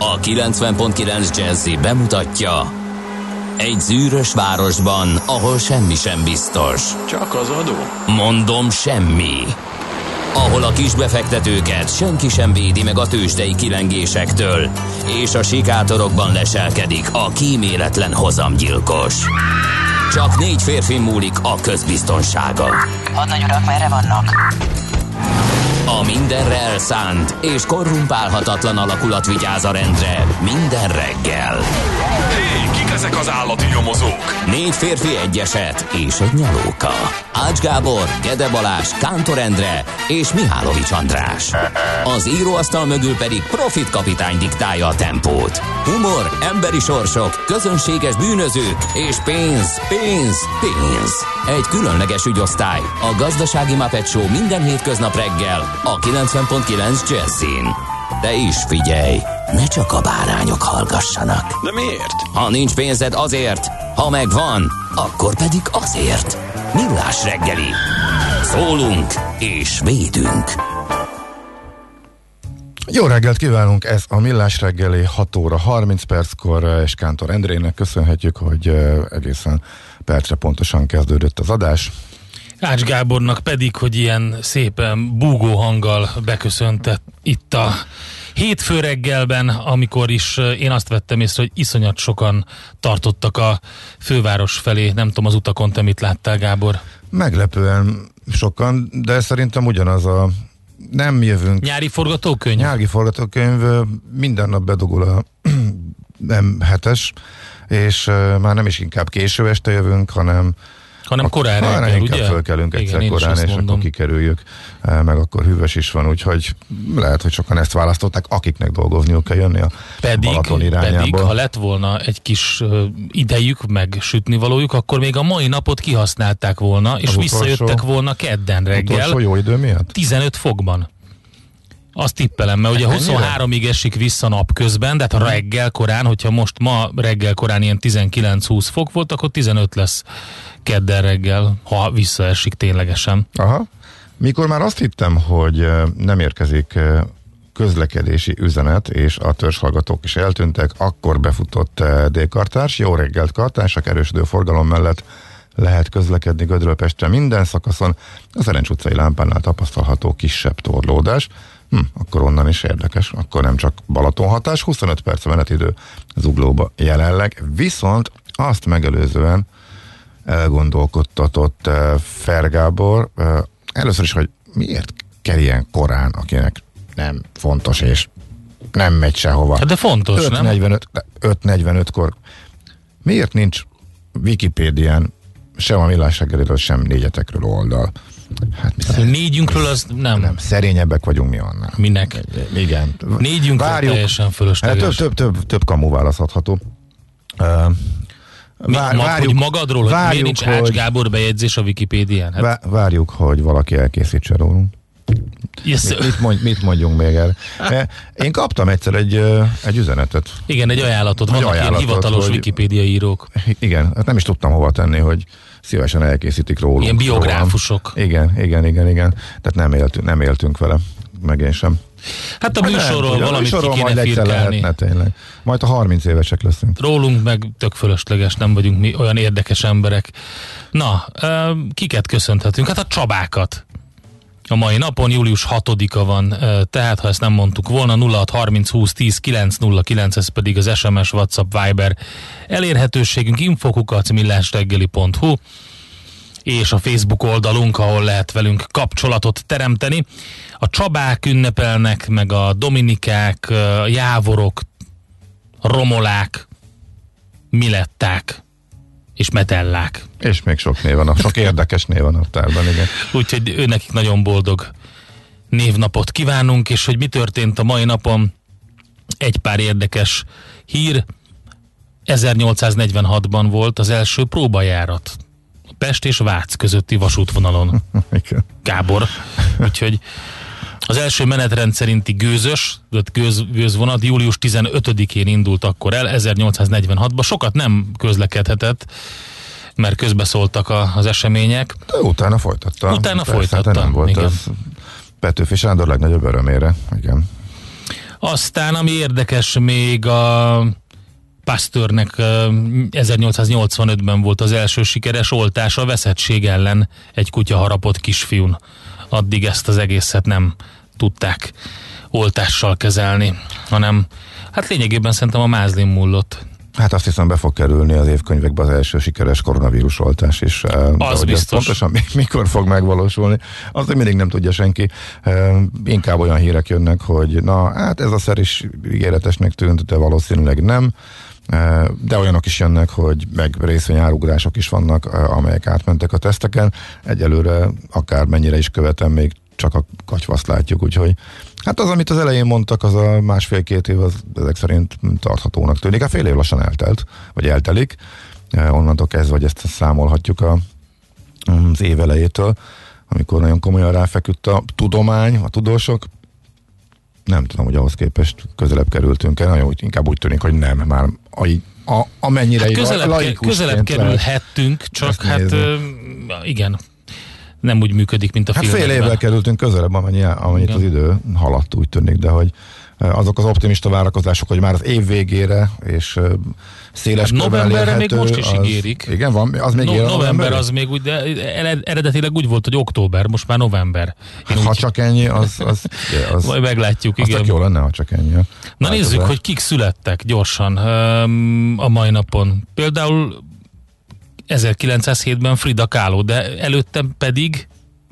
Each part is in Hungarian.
A 90.9 Jazzy bemutatja: egy zűrös városban, ahol semmi sem biztos. Csak az adó? Mondom, semmi. Ahol a kisbefektetőket senki sem védi meg a tőzsdei kilengésektől, és a sikátorokban leselkedik a kíméletlen hozamgyilkos. Csak 4 férfi múlik a közbiztonsága. Hadnagy urak, merre vannak? A mindenre elszánt és korrumpálhatatlan alakulat vigyáz a rendre minden reggel. Hé, kik ezek az állati nyomozók? 4 férfi, egy eset és egy nyalóka. Ács Gábor, Gede Balázs, Kántor Endre és Mihálovics András. Az íróasztal mögül pedig Profit kapitány diktálja a tempót. Humor, emberi sorsok, közönséges bűnözők és pénz, pénz, pénz. Egy különleges ügyosztály, a Gazdasági Muppet Show minden hétköznap reggel a 90.9 Jazzyn. De is figyelj, ne csak a bárányok hallgassanak. De miért? Ha nincs pénzed, azért, ha megvan, akkor pedig azért. Millás reggeli. Szólunk és védünk. Jó reggelt kívánunk, ez a Millás reggeli 6 óra 30 perckor, és Kántor Endrének köszönhetjük, hogy egészen percre pontosan kezdődött az adás. Ács Gábornak pedig, hogy ilyen szépen búgó hanggal beköszöntett itt a hétfő reggelben, amikor is én azt vettem észre, hogy iszonyat sokan tartottak a főváros felé. Nem tudom, az utakon te mit láttál, Gábor? Meglepően sokan, de szerintem ugyanaz a nem jövünk. Nyári forgatókönyv? Nyári forgatókönyv, minden nap bedugul a M7-es, és már nem is inkább késő este jövünk, hanem korán reggel, ugye? Fölkelünk egyszer korán, és akkor kikerüljük, meg akkor hűvös is van, úgyhogy lehet, hogy sokan ezt választották, akiknek dolgozniuk kell jönni a Balaton irányából. Pedig, ha lett volna egy kis idejük, meg sütnivalójuk, akkor még a mai napot kihasználták volna, és visszajöttek volna kedden reggel. Utolsó jó idő miatt? 15 fokban. Azt tippelem, mert ugye 23-ig esik vissza napközben, de hát a reggel korán, hogyha most ma reggel korán ilyen 19-20 fok volt, akkor 15 lesz kedden reggel, ha visszaesik ténylegesen. Aha. Mikor már azt hittem, hogy nem érkezik közlekedési üzenet, és a törzshallgatók is eltűntek, akkor befutott D-kartárs. Jó reggelt, kartársak, erősödő forgalom mellett lehet közlekedni Gödről Pestre minden szakaszon. A Szerencs utcai lámpánál tapasztalható kisebb torlódás. Akkor onnan is érdekes, akkor nem csak Balaton hatás, 25 perc menetidő Zuglóba jelenleg, viszont azt megelőzően elgondolkodtatott Fergábor először is, hogy miért kell ilyen korán, akinek nem fontos és nem megy sehova. Hát de fontos, 5:45-kor miért nincs Wikipédián sem a Millás reggeliről, sem Négyetekről oldal? Hát négyünkről az nem. Szerényebbek vagyunk mi annál. Minek? Igen. Négyünkről teljesen fölösleges. Több kamu választható. Hogy magadról, hogy miért nincs Ács Gábor bejegyzés a Wikipédián? Hát. Várjuk, hogy valaki elkészítse rólunk. Yes. Mit mondjunk még erre? Én kaptam egyszer egy üzenetet. Igen, egy ajánlatot. Vannak ilyen hivatalos Wikipédia írók. Igen, hát nem is tudtam hova tenni, hogy szívesen elkészítik rólunk. Ilyen biográfusok. Igen. Tehát nem éltünk vele, meg én sem. Hát a műsorról valamit ki kéne firkálni. Tényleg. Majd a 30 évesek leszünk. Rólunk meg tök fölösleges, nem vagyunk mi olyan érdekes emberek. Na, kiket köszönhetünk? Hát a Csabákat. A mai napon július 6-a van, tehát ha ezt nem mondtuk volna, 0630 20 10 909, ez pedig az SMS, WhatsApp, Viber elérhetőségünk, info@millásreggeli.hu, és a Facebook oldalunk, ahol lehet velünk kapcsolatot teremteni. A Csabák ünnepelnek, meg a Dominikák, a Jávorok, a Romolák, Miletták és Metellák. És még sok név van, sok érdekes név van a naptárban, igen. Úgyhogy őnekik nagyon boldog névnapot kívánunk, és hogy mi történt a mai napon, egy pár érdekes hír. 1846-ban volt az első próbajárat a Pest és Vác közötti vasútvonalon. Gábor. Úgyhogy az első menetrend szerinti gőzvonat július 15-én indult akkor el, 1846-ban. Sokat nem közlekedhetett, mert közbeszóltak az események. De utána folytatta. Hát nem volt igen. Az Petőfi Sándor legnagyobb örömére. Igen. Aztán, ami érdekes, még a Pasteurnek 1885-ben volt az első sikeres oltás a veszettség ellen egy kutya harapott kisfiún. Addig ezt az egészet nem tudták oltással kezelni, hanem hát lényegében szerintem a mázlin múlott. Hát azt hiszem be fog kerülni az évkönyvekbe az első sikeres koronavírus oltás is. Az biztos. Pontosan mikor fog megvalósulni, azt még mindig nem tudja senki. Inkább olyan hírek jönnek, hogy na, hát ez a szer is ígéretesnek tűnt, de valószínűleg nem. De olyanok is jönnek, hogy meg részvényárugrások is vannak, amelyek átmentek a teszteken. Egyelőre akár mennyire is követem, még csak a katyvaszt látjuk, úgyhogy hát az, amit az elején mondtak, az a 1,5-2 év, az ezek szerint tarthatónak tűnik. A fél év lassan eltelt, vagy eltelik. Onnantól kezdve, hogy ezt számolhatjuk az év elejétől, amikor nagyon komolyan ráfeküdt a tudomány, a tudósok. Nem tudom, hogy ahhoz képest közelebb kerültünk el, nagyon inkább úgy tűnik, hogy nem, már amennyire hát közelebb kerülhettünk, csak hát igen, nem úgy működik, mint a filmekben. Fél évvel kerültünk közelebb, amennyit az idő haladt, úgy tűnik, de hogy azok az optimista várakozások, hogy már az év végére és széles körben novemberre lérhető, még most is ígérik. Igen, van, az még november az még úgy, de eredetileg úgy volt, hogy október, most már november. Ha csak ennyi, az majd meglátjuk, igen. Az jó lenne, ha csak ennyi. Na nézzük, hogy kik születtek gyorsan a mai napon. Például 1907-ben Frida Kahlo, de előtte pedig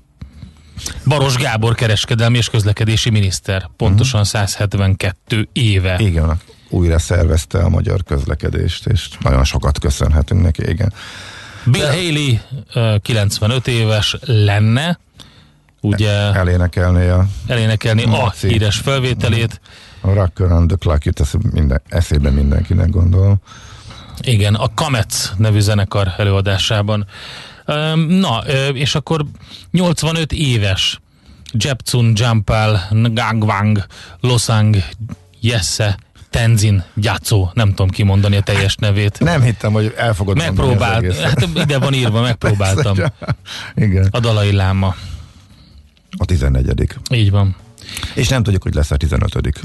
Baros Gábor kereskedelmi és közlekedési miniszter, pontosan 172 éve. Igen, újra szervezte a magyar közlekedést, és nagyon sokat köszönhetünk neki, igen. Bill Haley 95 éves lenne, ugye elénekelni a híres felvételét. A Rock Around the Clock jut eszébe mindenkinek, gondolom. Igen, a Comets nevű zenekar előadásában. Na, és akkor 85 éves Jepsun Jampal Ngangwang Losang Jesse Tenzin Gyatso, nem tudom kimondani a teljes nevét. Nem hittem, hogy el fogod mondani. Hát ide van írva, megpróbáltam. Igen. A Dalai Láma. A 14. Így van. És nem tudjuk, hogy lesz a 15.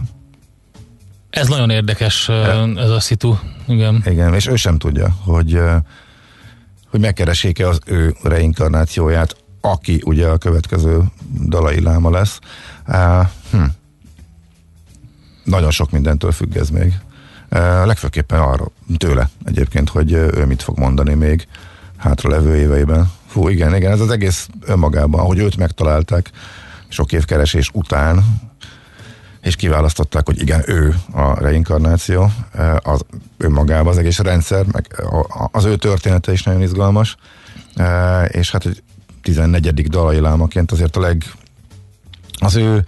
Ez nagyon érdekes, ez a szitu. Igen. Igen, és ő sem tudja, hogy megkeresék-e az ő reinkarnációját, aki ugye a következő Dalai Láma lesz. Nagyon sok mindentől függ ez még. Legfőképpen arról tőle egyébként, hogy ő mit fog mondani még hátra levő éveiben. Fú, igen, ez az egész önmagában, ahogy őt megtalálták sok év keresés után, és kiválasztották, hogy igen, ő a reinkarnáció, az önmagában az egész rendszer, meg az ő története is nagyon izgalmas, és hát egy 14. Dalai Lámaként azért az ő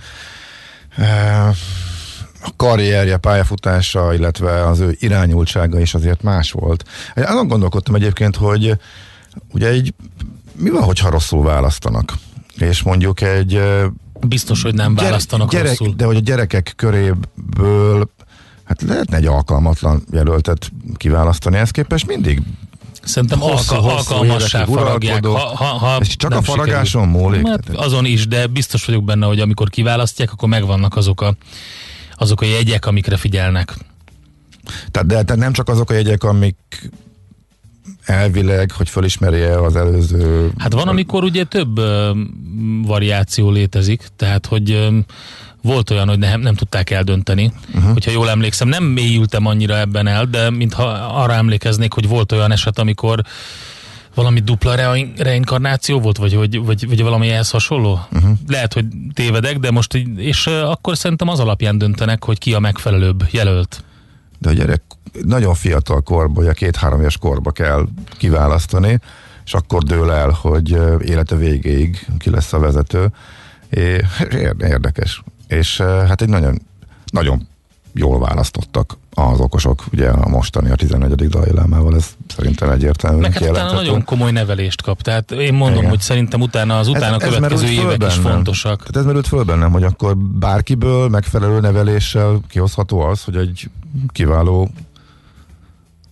a karrierje, pályafutása, illetve az ő irányultsága is azért más volt. Azon gondolkodtam egyébként, hogy ugye mi van, hogyha rosszul választanak? És mondjuk egy biztos, hogy nem választanak rosszul. De hogy a gyerekek köréből hát lehetne egy alkalmatlan jelöltet kiválasztani, ezt képest mindig szerintem alkalmassá faragják. És csak a faragáson múlik? Hát azon is, de biztos vagyok benne, hogy amikor kiválasztják, akkor megvannak azok a jegyek, amikre figyelnek. Tehát nem csak azok a jegyek, amik elvileg, hogy felismerje az előző... Hát van, amikor ugye több variáció létezik, tehát hogy volt olyan, hogy nem tudták eldönteni, hogyha jól emlékszem. Nem mélyültem annyira ebben el, de mintha arra emlékeznék, hogy volt olyan eset, amikor valami dupla reinkarnáció volt, vagy valami ehhez hasonló. Lehet, hogy tévedek, de most és akkor szerintem az alapján döntenek, hogy ki a megfelelőbb jelölt. De a gyerek nagyon fiatal korban, ugye 2-3 éves korba kell kiválasztani, és akkor dől el, hogy élete végéig ki lesz a vezető. Érdekes. És hát egy nagyon, nagyon jól választottak az okosok, ugye a mostani, a 14. Dalai Lámával, ez szerintem egyértelműen kijelenthető. Utána nagyon komoly nevelést kap, tehát én mondom, hogy szerintem az utána következő évek is fontosak. Tehát ez merült föl bennem, hogy akkor bárkiből megfelelő neveléssel kihozható az, hogy egy kiváló...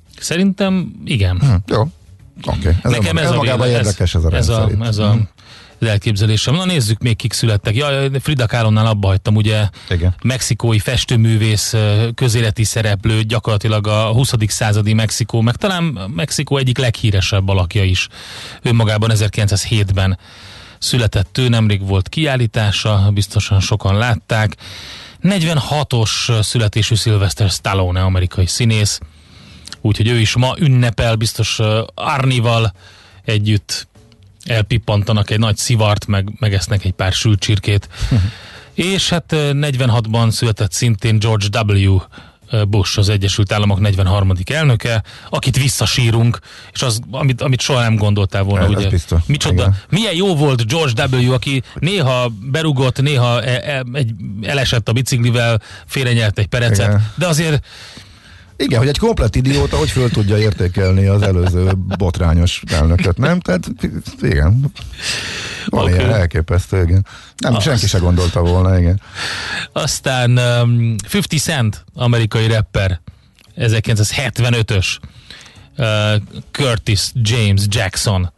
Szerintem igen. Jó. Oké. Nekem ez magában érdekes ez a rendszer. elképzelésem. Na nézzük még kik születtek. Ja, Frida Kahlónál abba hagytam, ugye Igen. mexikói festőművész, közéleti szereplő, gyakorlatilag a 20. századi Mexikó, meg talán Mexikó egyik leghíresebb alakja is. Önmagában 1907-ben született ő, nemrég volt kiállítása, biztosan sokan látták. 46-os születésű Sylvester Stallone, amerikai színész, úgyhogy ő is ma ünnepel, biztos Arnival együtt elpippantanak egy nagy szivart, meg esznek egy pár sült csirkét. És hát 46-ban született szintén George W. Bush, az Egyesült Államok 43. elnöke, akit visszasírunk, és az, amit soha nem gondoltál volna, ugye? Biztos. Micsoda, igen. Milyen jó volt George W., aki néha berugott, néha elesett a biciklivel, félrenyelt egy perecet, igen. De azért igen, hogy egy komplett idióta, hogy föl tudja értékelni az előző botrányos elnököt, nem? Tehát igen, van ilyen elképesztő, igen. Nem, senki se gondolta volna, igen. Aztán 50 Cent, amerikai rapper, 1975-ös, Curtis James Jackson,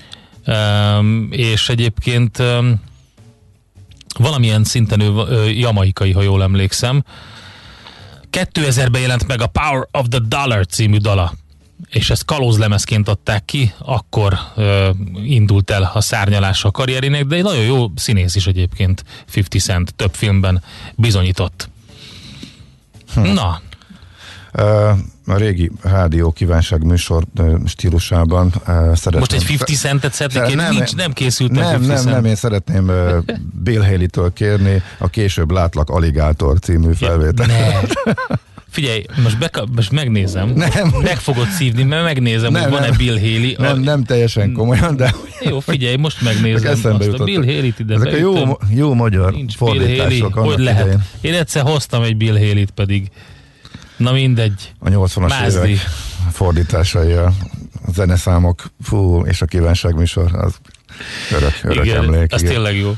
és egyébként valamilyen szinten ő jamaikai, ha jól emlékszem. 2000-ben jelent meg a Power of the Dollar című dala, és ezt kalózlemezként adták ki, akkor indult el a szárnyalása a karrierének, de egy nagyon jó színész is egyébként, 50 Cent, több filmben bizonyított. Na. A régi rádió kívánság műsor stílusában szeretném... Most egy 50 Centet szeretnék, nem készültem 50 Cent. Nem, én szeretném Bill Haley-től kérni a Később látlak Alligátor című felvételt. Figyelj, most megnézem. Meg fogod szívni, mert megnézem, hogy van-e Bill Haley. Nem teljesen komolyan, de... Jó, figyelj, most megnézem azt a Bill Haley-t ide. Ezek a jó magyar fordítások. Hogy lehet? Idején. Én egyszer hoztam egy Bill Haley-t pedig. Na mindegy. A 80-as évek fordításai, a zeneszámok, és a kívánságműsor, az örök igen, emlék. Az tényleg jó.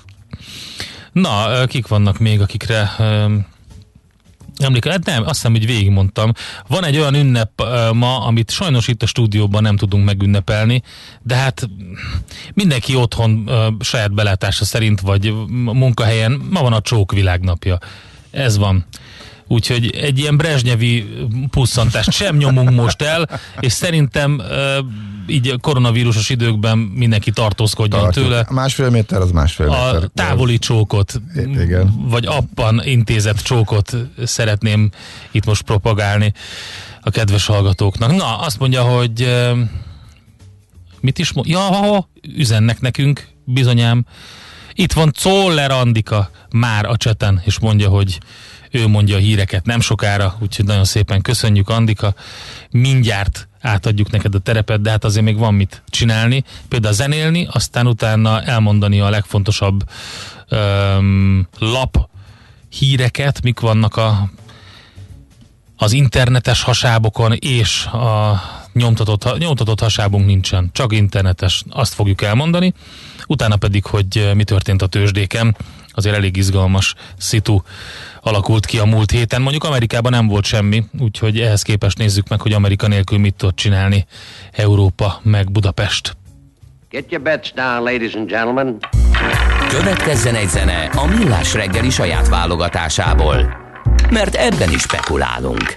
Na, kik vannak még, akikre emlékszem? Hát nem, azt hiszem, hogy végigmondtam. Van egy olyan ünnep ma, amit sajnos itt a stúdióban nem tudunk megünnepelni, de hát mindenki otthon saját belátása szerint, vagy munkahelyen, ma van a csók világnapja. Ez van. Úgyhogy egy ilyen brezsnyevi pusszantást sem nyomunk most el, és szerintem így koronavírusos időkben mindenki tartózkodjon tőle. Másfél méter az másfél méter. A távoli csókot, igen. Vagy appan intézett csókot szeretném itt most propagálni a kedves hallgatóknak. Na, azt mondja, hogy mit is üzennek nekünk, bizonyám. Itt van Czoller Andika már a cseten, és mondja, hogy ő mondja a híreket nem sokára, úgyhogy nagyon szépen köszönjük, Andika. Mindjárt átadjuk neked a terepet, de hát azért még van mit csinálni. Például zenélni, aztán utána elmondani a legfontosabb lap híreket, mik vannak az internetes hasábokon, és a nyomtatott hasábunk nincsen, csak internetes, azt fogjuk elmondani. Utána pedig, hogy mi történt a tőzsdéken, azért elég izgalmas szitu alakult ki a múlt héten. Mondjuk Amerikában nem volt semmi, úgyhogy ehhez képest nézzük meg, hogy Amerika nélkül mit tud csinálni Európa meg Budapest. Get your bets down, ladies and gentlemen. Következzen egy zene a Millás reggeli saját válogatásából, mert ebben is spekulálunk.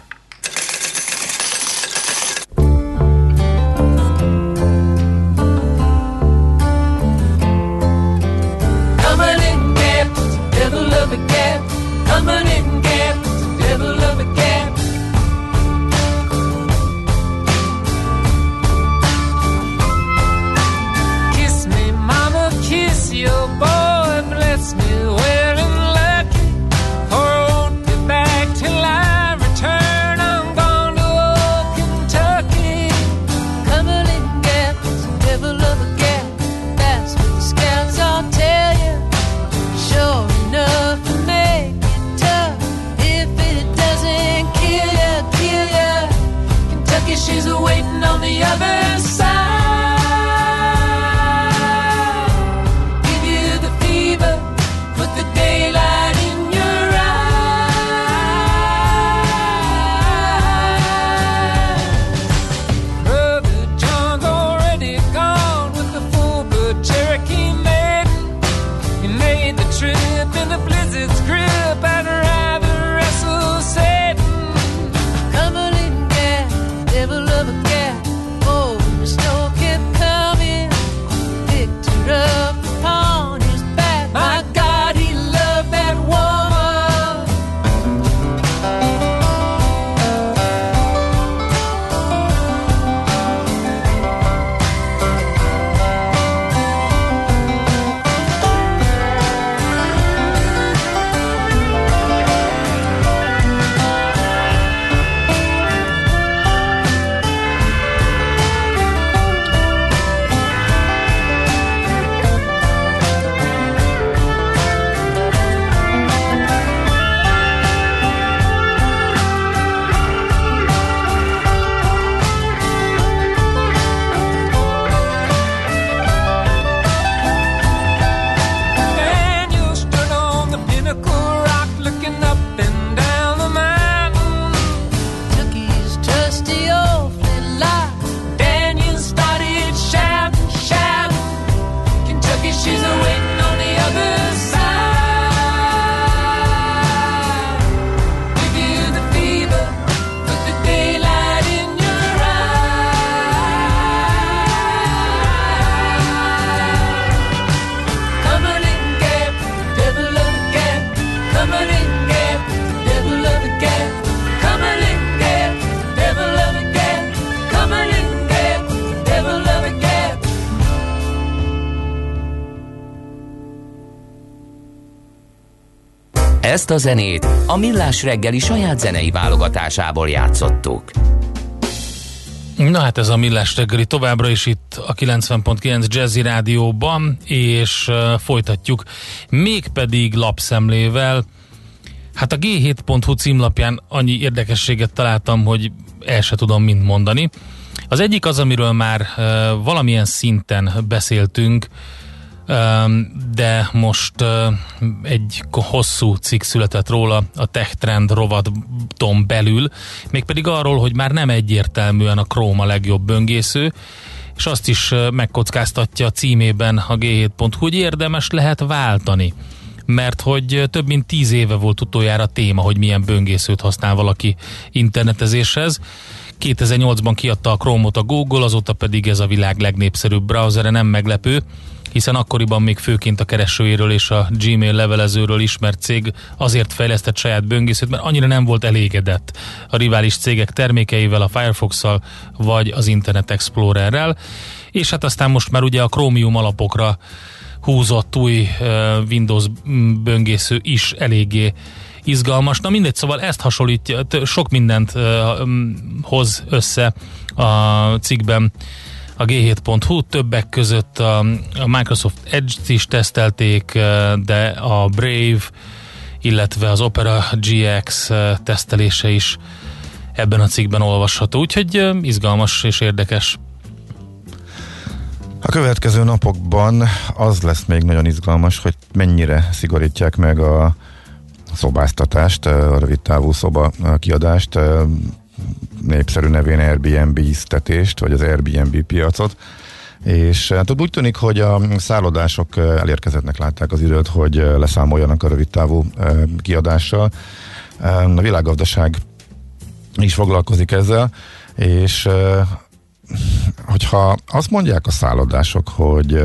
Well and lucky, or won't be back till I return. Ezt a zenét a Millás reggeli saját zenei válogatásából játszottuk. Na hát ez a Millás reggeli továbbra is itt a 90.9 Jazzy Rádióban, és folytatjuk mégpedig lapszemlével. Hát a G7.hu címlapján annyi érdekességet találtam, hogy el se tudom mind mondani. Az egyik az, amiről már valamilyen szinten beszéltünk, de most egy hosszú cikk született róla a Tech Trend rovaton belül, mégpedig arról, hogy már nem egyértelműen a Chrome a legjobb böngésző, és azt is megkockáztatja a címében a G7.hu, hogy érdemes lehet váltani, mert hogy több mint 10 éve volt utoljára téma, hogy milyen böngészőt használ valaki internetezéshez. 2008-ban kiadta a Chrome-ot a Google, azóta pedig ez a világ legnépszerűbb browsere, nem meglepő, hiszen akkoriban még főként a keresőjéről és a Gmail levelezőről ismert cég azért fejlesztett saját böngészőt, mert annyira nem volt elégedett a rivális cégek termékeivel, a Firefox-szal vagy az Internet Explorerrel, és hát aztán most már ugye a Chromium alapokra húzott új Windows böngésző is eléggé izgalmas. Na mindegy, szóval ezt hasonlítja, sok mindent hoz össze a cikkben a G7.hu, többek között a Microsoft Edge-t is tesztelték, de a Brave, illetve az Opera GX tesztelése is ebben a cikkben olvasható, úgyhogy izgalmas és érdekes. A következő napokban az lesz még nagyon izgalmas, hogy mennyire szigorítják meg a szobáztatást, a rövidtávú szoba kiadást, népszerű nevén Airbnb-ztetést, vagy az Airbnb piacot, és hát úgy tűnik, hogy a szállodások elérkezettnek látták az időt, hogy leszámoljanak a rövidtávú kiadással. A világgazdaság is foglalkozik ezzel, és hogyha azt mondják a szállodások, hogy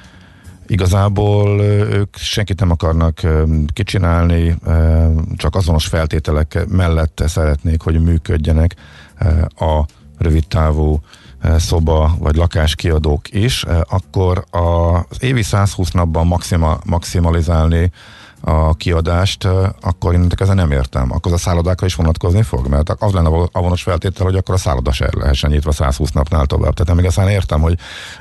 igazából ők senkit nem akarnak kicsinálni, csak azonos feltételek mellett szeretnék, hogy működjenek a rövidtávú szoba vagy lakáskiadók is, akkor az évi 120 napban maximalizálni a kiadást, akkor én ezen nem értem. Akkor az a szállodákra is vonatkozni fog, mert az lenne a vonos feltétel, hogy akkor a szálloda se lehessen nyitva 120 napnál tovább. Tehát még aztán értem, hogy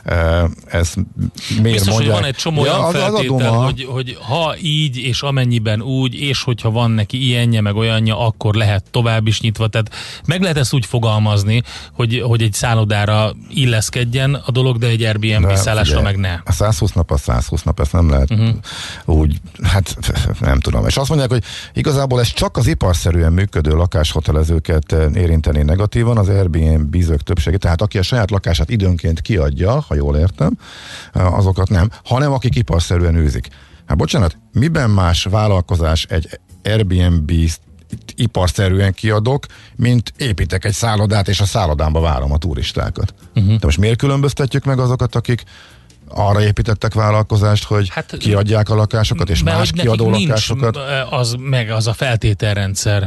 ez miért biztos, mondják. Hogy van egy csomó olyan feltétel, hogy ha így és amennyiben úgy, és hogyha van neki ilyenje meg olyanja, akkor lehet tovább is nyitva. Tehát meg lehet ezt úgy fogalmazni, hogy egy szállodára illeszkedjen a dolog, de egy Airbnb szállásra meg ne. A 120 nap az 120 nap, ezt nem lehet úgy, hát nem tudom. És azt mondják, hogy igazából ez csak az iparszerűen működő lakáshotelezőket érinteni negatívan, az Airbnb-zők többsége, tehát aki a saját lakását időnként kiadja, ha jól értem, azokat nem, hanem akik iparszerűen űzik. Hát bocsánat, miben más vállalkozás egy Airbnb iparszerűen kiadok, mint építek egy szállodát, és a szállodámba várom a turistákat. De most miért különböztetjük meg azokat, akik arra építettek vállalkozást, hogy kiadják a lakásokat, és más kiadó lakásokat? Az a feltételrendszer.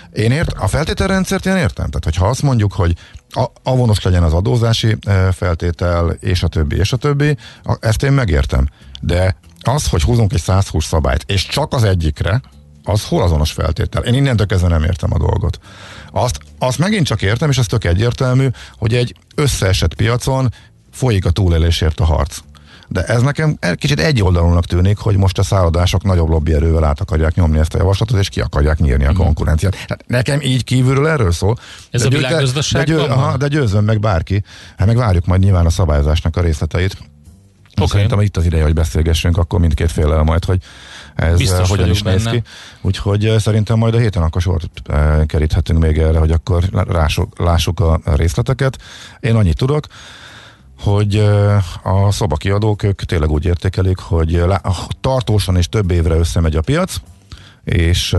A feltételrendszert én értem. Tehát, hogyha azt mondjuk, hogy avonos legyen az adózási feltétel, és a többi, ezt én megértem. De az, hogy húzunk egy 120 szabályt, és csak az egyikre, az hol azonos feltétel? Én innentől kezdve nem értem a dolgot. Azt megint csak értem, és ez tök egyértelmű, hogy egy összeesett piacon folyik a túlélésért a harc. De ez nekem kicsit egyoldalúnak tűnik, hogy most a szállodások nagyobb lobbyerővel át akarják nyomni ezt a javaslatot, és ki akarják nyírni a konkurenciát. Hát nekem így kívülről erről szól. Ez a világgazdaságban? De győzzön meg bárki. Hát meg várjuk majd nyilván a szabályozásnak a részleteit. Szerintem itt az ideje, hogy beszélgessünk akkor mindkét féllel majd, hogy ez biztos hogyan is néz ki. Úgyhogy szerintem majd a héten akkor sort keríthetünk még erre, hogy akkor lássuk a részleteket. Én annyit tudok, hogy a szobakiadók ők tényleg úgy értékelik, hogy tartósan és több évre összemegy a piac, és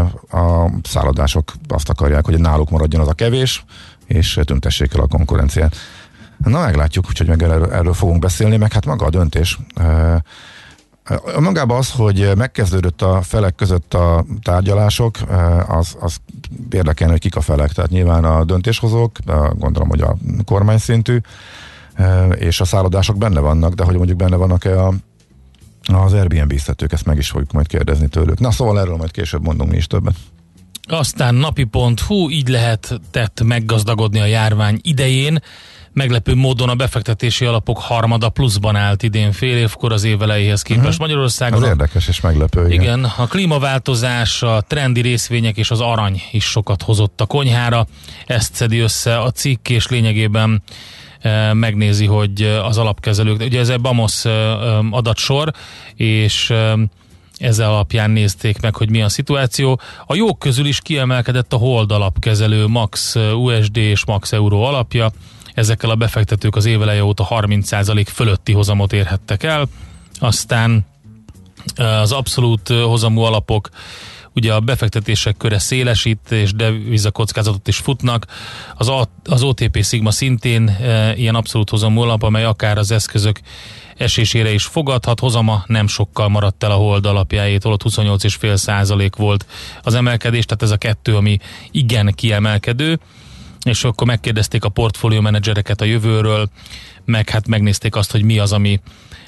a szállodások azt akarják, hogy náluk maradjon az a kevés, és tüntessék el a konkurenciát. Na, meglátjuk, úgyhogy meg erről fogunk beszélni, meg hát maga a döntés. Magában az, hogy megkezdődött a felek között a tárgyalások, az érdekelne, hogy kik a felek, tehát nyilván a döntéshozók, gondolom, hogy a kormány szintű, és a szállodások benne vannak, de hogy mondjuk benne vannak-e Az Airbnb-ztetők, ezt meg is fogjuk majd kérdezni tőlük. Na szóval erről majd később mondunk mi is többet. Aztán napi.hu, így lehetett meggazdagodni a járvány idején. Meglepő módon a befektetési alapok harmada pluszban állt idén fél évkor az év elejéhez képest Magyarországon. Az érdekes és meglepő. Igen, a klímaváltozás, a trendi részvények és az arany is sokat hozott a konyhára. Ezt szedi össze a cikk, és lényegében megnézi, hogy az alapkezelők, ugye ez egy BAMOS adatsor, és ezzel alapján nézték meg, hogy mi a szituáció. A jók közül is kiemelkedett a Hold alapkezelő Max USD és Max Euró alapja. Ezekkel a befektetők az éveleje óta 30% fölötti hozamot érhettek el. Aztán az abszolút hozamú alapok, ugye a befektetések köre szélesít, és devizakockázatot is futnak. Az OTP Sigma szintén ilyen abszolút hozamú alap, amely akár az eszközök esésére is fogadhat. Hozama nem sokkal maradt el a Hold alapjáétól, ott 28,5% volt az emelkedés, tehát ez a kettő, ami igen kiemelkedő. És akkor megkérdezték a portfólió menedzsereket a jövőről, meg hát megnézték azt, hogy mi az, ami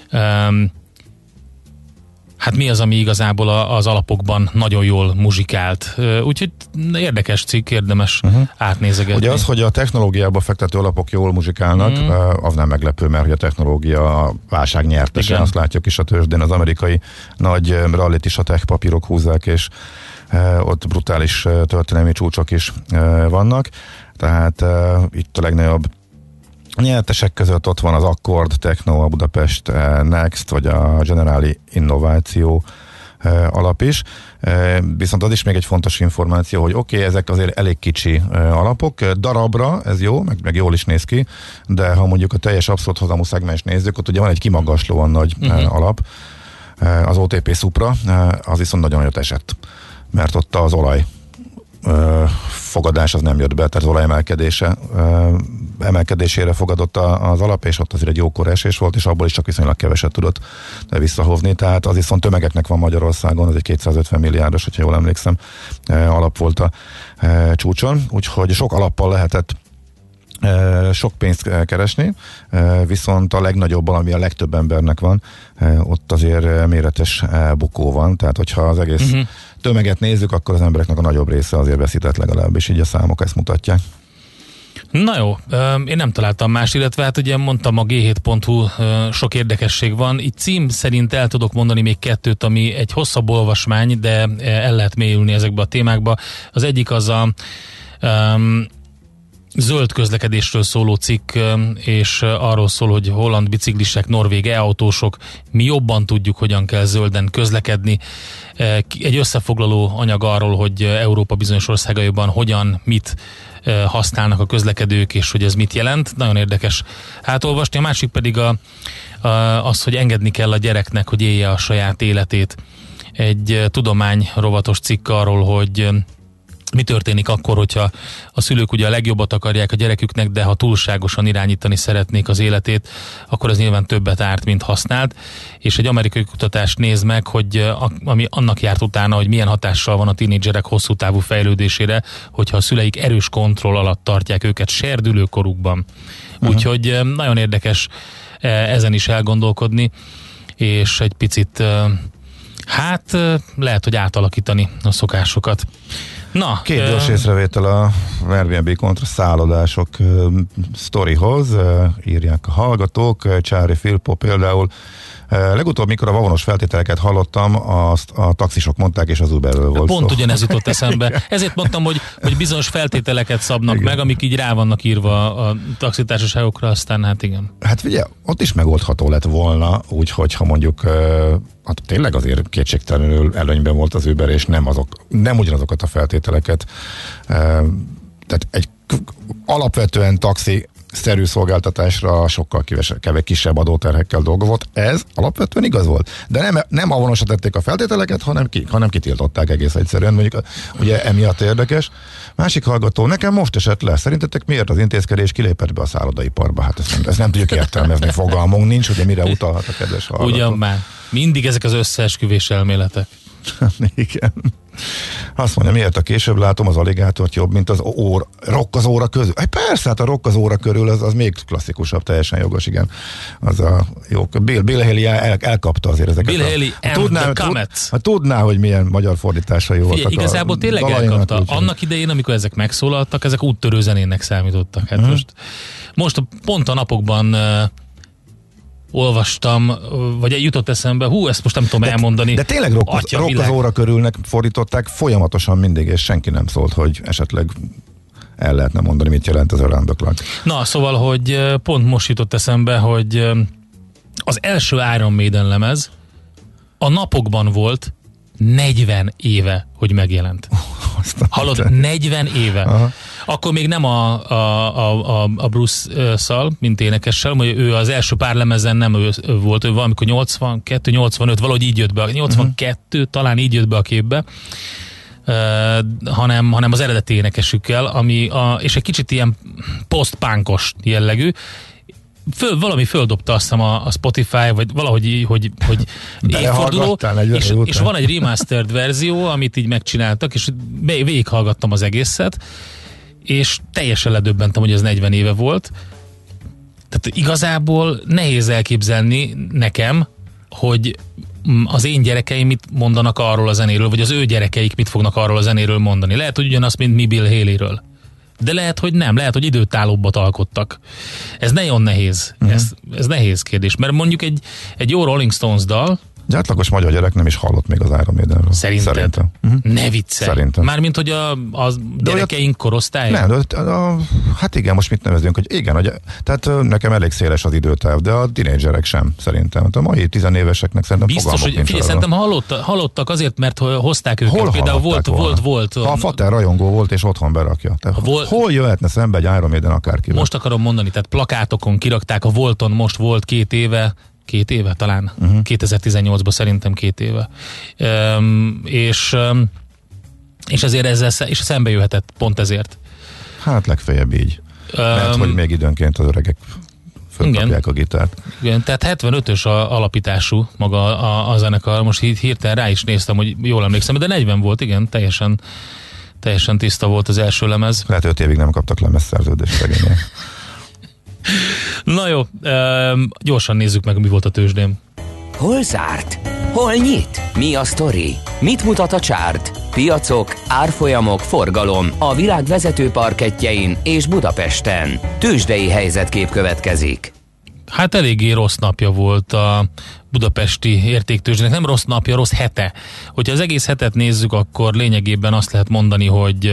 ami igazából az alapokban nagyon jól muzsikált. Úgyhogy érdekes cikk, érdemes átnézegetni. Ugye az, hogy a technológiába fektető alapok jól muzsikálnak, az nem meglepő, mert hogy a technológia válság nyertese, azt látjuk is a tőzsdén, az amerikai nagy rallit is a tech papírok húzzák, és ott brutális történelmi csúcsok is vannak. Tehát itt a legnagyobb nyertesek között ott van az Accord, Techno, a Budapest Next, vagy a Generali Innováció alap is. Viszont az is még egy fontos információ, hogy oké, ezek azért elég kicsi alapok, darabra ez jó, meg jól is néz ki, de ha mondjuk a teljes abszolút hozamú szegmens nézzük, ott ugye van egy kimagaslóan nagy alap, az OTP Supra, az viszont nagyon nagyot esett, mert ott az olaj fogadás az nem jött be, tehát az olaj emelkedésére fogadott az alap, és ott azért egy jókor esés volt, és abból is csak viszonylag keveset tudott visszahovni, tehát az viszont tömegeknek van Magyarországon, az egy 250 milliárdos, hogyha jól emlékszem, alap volt a csúcson, úgyhogy sok alappal lehetett sok pénzt keresni, viszont a legnagyobban, ami a legtöbb embernek van, ott azért méretes bukó van, tehát hogyha az egész tömeget nézzük, akkor az embereknek a nagyobb része azért veszített, legalábbis így a számok ezt mutatják. Na jó, én nem találtam más, illetve hát ugye mondtam, a G7.hu sok érdekesség van. Itt cím szerint el tudok mondani még kettőt, ami egy hosszabb olvasmány, de el lehet mélyülni ezekbe a témákba. Az egyik az a zöld közlekedésről szóló cikk, és arról szól, hogy holland biciklisek, norvég e-autósok, mi jobban tudjuk, hogyan kell zölden közlekedni. Egy összefoglaló anyag arról, hogy Európa bizonyos országaiban hogyan, mit használnak a közlekedők, és hogy ez mit jelent. Nagyon érdekes átolvasni. A másik pedig az, hogy engedni kell a gyereknek, hogy élje a saját életét. Egy tudományrovatos cikk arról, hogy mi történik akkor, hogyha a szülők ugye a legjobbat akarják a gyereküknek, de ha túlságosan irányítani szeretnék az életét, akkor ez nyilván többet árt, mint használt. És egy amerikai kutatást néz meg, hogy ami annak járt utána, hogy milyen hatással van a tínédzserek hosszú távú fejlődésére, hogyha a szüleik erős kontroll alatt tartják őket serdülőkorukban. Úgyhogy nagyon érdekes ezen is elgondolkodni, és egy picit lehet, hogy átalakítani a szokásokat. Na, két gyors észrevétel a Airbnb kontra szállodások sztorihoz, írják a hallgatók. Csári Filippo például: legutóbb, mikor a vagonos feltételeket hallottam, azt a taxisok mondták, és az Uberről volt pont szó. ugyanez jutott eszembe. Ezért mondtam, hogy bizonyos feltételeket szabnak meg, amik így rá vannak írva a taxitársaságokra, aztán hát igen. Hát ugye, ott is megoldható lett volna, úgyhogy ha mondjuk hát tényleg azért kétségtelenül előnyben volt az Uber, és nem ugyanazokat a feltételeket. Tehát egy alapvetően taxi-szerű szolgáltatásra sokkal kisebb adóterhekkel dolga volt. Ez alapvetően igaz volt. De nem avonosra tették a feltételeket, hanem kitiltották egész egyszerűen. Mondjuk ugye emiatt érdekes. Másik hallgató: nekem most esett le. Szerintetek miért az intézkedés kilépett be a szállodaiparba? Hát ezt nem tudjuk értelmezni, fogalmunk nincs, ugye mire utalhat a kedves hallgató. Ugyan már. Mindig ezek az összeesküvés elméletek. Igen. Azt mondja, miért a később látom az aligátort jobb, mint az rock az óra közül? Persze, hát a rock az óra körül az még klasszikusabb, teljesen jogos, igen. Az a jó. Bill Haley elkapta azért ezeket. Bill Haley and the Comets. Ha tudná, hogy milyen magyar fordításai voltak. Igazából tényleg elkapta. Annak idején, amikor ezek megszólaltak, ezek úttörő zenének számítottak. Hát most pont a napokban olvastam, vagy jutott eszembe, ezt most nem tudom elmondani. De tényleg rock az óra körülnek fordították folyamatosan mindig, és senki nem szólt, hogy esetleg el lehetne mondani, mit jelent ez a Round the Clock. Na, szóval, hogy pont most jutott eszembe, hogy az első Iron Maiden lemez a napokban volt 40 éve, hogy megjelent. Hallod, 40 éve. Aha. Akkor még nem a Bruce-szal, mint énekessel, hogy ő az első pár lemezen nem ő volt, ő valamikor 82-85, valahogy így jött be, 82 talán így jött be a képbe, hanem az eredeti énekesükkel, és egy kicsit ilyen post-punkos jellegű. Valami földobta azt hiszem a Spotify, vagy valahogy hogy évforduló, és van egy remastered verzió, amit így megcsináltak, és végighallgattam az egészet, és teljesen ledöbbentem, hogy ez 40 éve volt. Tehát igazából nehéz elképzelni nekem, hogy az én gyerekeim mit mondanak arról a zenéről, vagy az ő gyerekeik mit fognak arról a zenéről mondani. Lehet, hogy ugyanaz, mint mi Bill Haleyről. De lehet, hogy nem. Lehet, hogy időtállóbbat alkottak. Ez nagyon nehéz. Ez nehéz kérdés. Mert mondjuk egy jó Rolling Stones dal. De átlagos magyar gyerek nem is hallott még az Iron Maidenről. Szerinted? Ne viccelj. Szerintem. Mármint, hogy a gyerekeink korosztálya? Nem, hát igen, most mit nevezünk, hogy igen, tehát nekem elég széles az időtáv, de a tínédzserek sem, szerintem. A mai 10 éveseknek szerintem biztos, hogy figyelj, szerintem hallottak azért, mert hozták őket. Hol például volt. Ha a fater rajongó volt, és otthon berakja. Hol jöhetne szembe egy Iron Maiden akárkivel? Most akarom mondani, tehát plakátokon kirakták, a Volton most volt 2 éve talán, 2018-ban szerintem 2 éve. És ezért ezzel és szembe jöhetett pont ezért. Hát legfeljebb így. Mert hogy még időnként az öregek fölkapják a gitárt. Igen, tehát 75-ös alapítású maga a zenekar, most hirtelen rá is néztem, hogy jól emlékszem, de 40 volt, igen, teljesen tiszta volt az első lemez. Lehet 5 évig nem kaptak lemezszerződést szegények. Na jó, gyorsan nézzük meg, mi volt a tőzsdén. Hol zárt? Hol nyit? Mi a sztori? Mit mutat a csárt? Piacok, árfolyamok, forgalom a világ vezető parkettjein és Budapesten. Tőzsdei helyzetkép következik. Hát eléggé rossz napja volt a budapesti értéktőzsdének. Nem rossz napja, rossz hete. Hogyha az egész hetet nézzük, akkor lényegében azt lehet mondani, hogy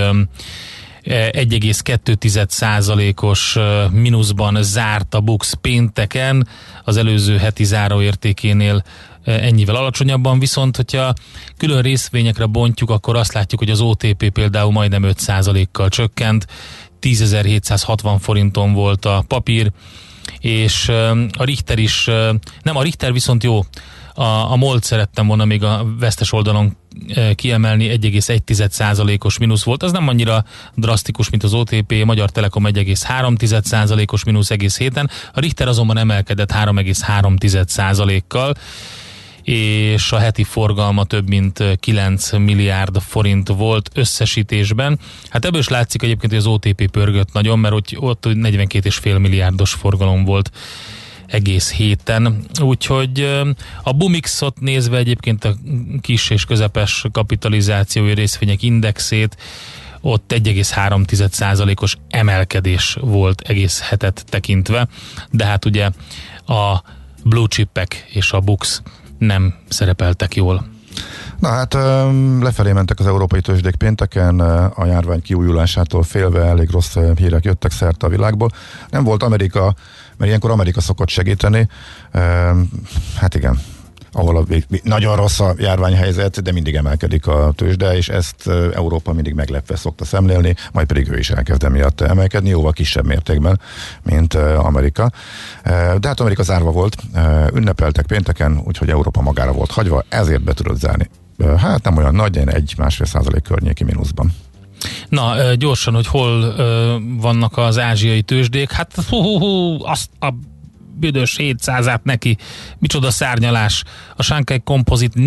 1,2%-os mínuszban zárt a BUX pénteken, az előző heti záróértékénél ennyivel alacsonyabban, viszont hogyha külön részvényekre bontjuk, akkor azt látjuk, hogy az OTP például majdnem 5%-kal csökkent, 10.760 forinton volt a papír, és a Richter is, nem, a Richter viszont jó, a MOL szerettem volna még a vesztes oldalon kiemelni, 1,1%-os mínusz volt. Az nem annyira drasztikus, mint az OTP, Magyar Telekom 1,3%-os mínusz egész héten. A Richter azonban emelkedett 3,3%-kal, és a heti forgalma több mint 9 milliárd forint volt összesítésben. Hát ebből is látszik egyébként, hogy az OTP pörgött nagyon, mert ott 42,5 milliárdos forgalom volt egész héten. Úgyhogy a Bumixot nézve egyébként a kis és közepes kapitalizációi részvények indexét, ott 1,3%-os emelkedés volt egész hetet tekintve, de hát ugye a blue chipek és a Bux nem szerepeltek jól. Na hát lefelé mentek az európai tőzsdék pénteken, a járvány kiújulásától félve elég rossz hírek jöttek szerte a világból. Nem volt Amerika, mert ilyenkor Amerika szokott segíteni. Hát igen, ahol nagyon rossz a járványhelyzet, de mindig emelkedik a tőzsde, és ezt Európa mindig meglepve szokta szemlélni, majd pedig ő is elkezd emiatt emelkedni, jóval kisebb mértékben, mint Amerika. De hát Amerika zárva volt, ünnepeltek pénteken, úgyhogy Európa magára volt hagyva, ezért be tudott zárni. Hát nem olyan nagy, de 1-1,5% környéki mínuszban. Na, gyorsan, hogy hol vannak az ázsiai tőzsdék. Hát azt a büdös 700-át neki. Micsoda szárnyalás. A Shanghai Composite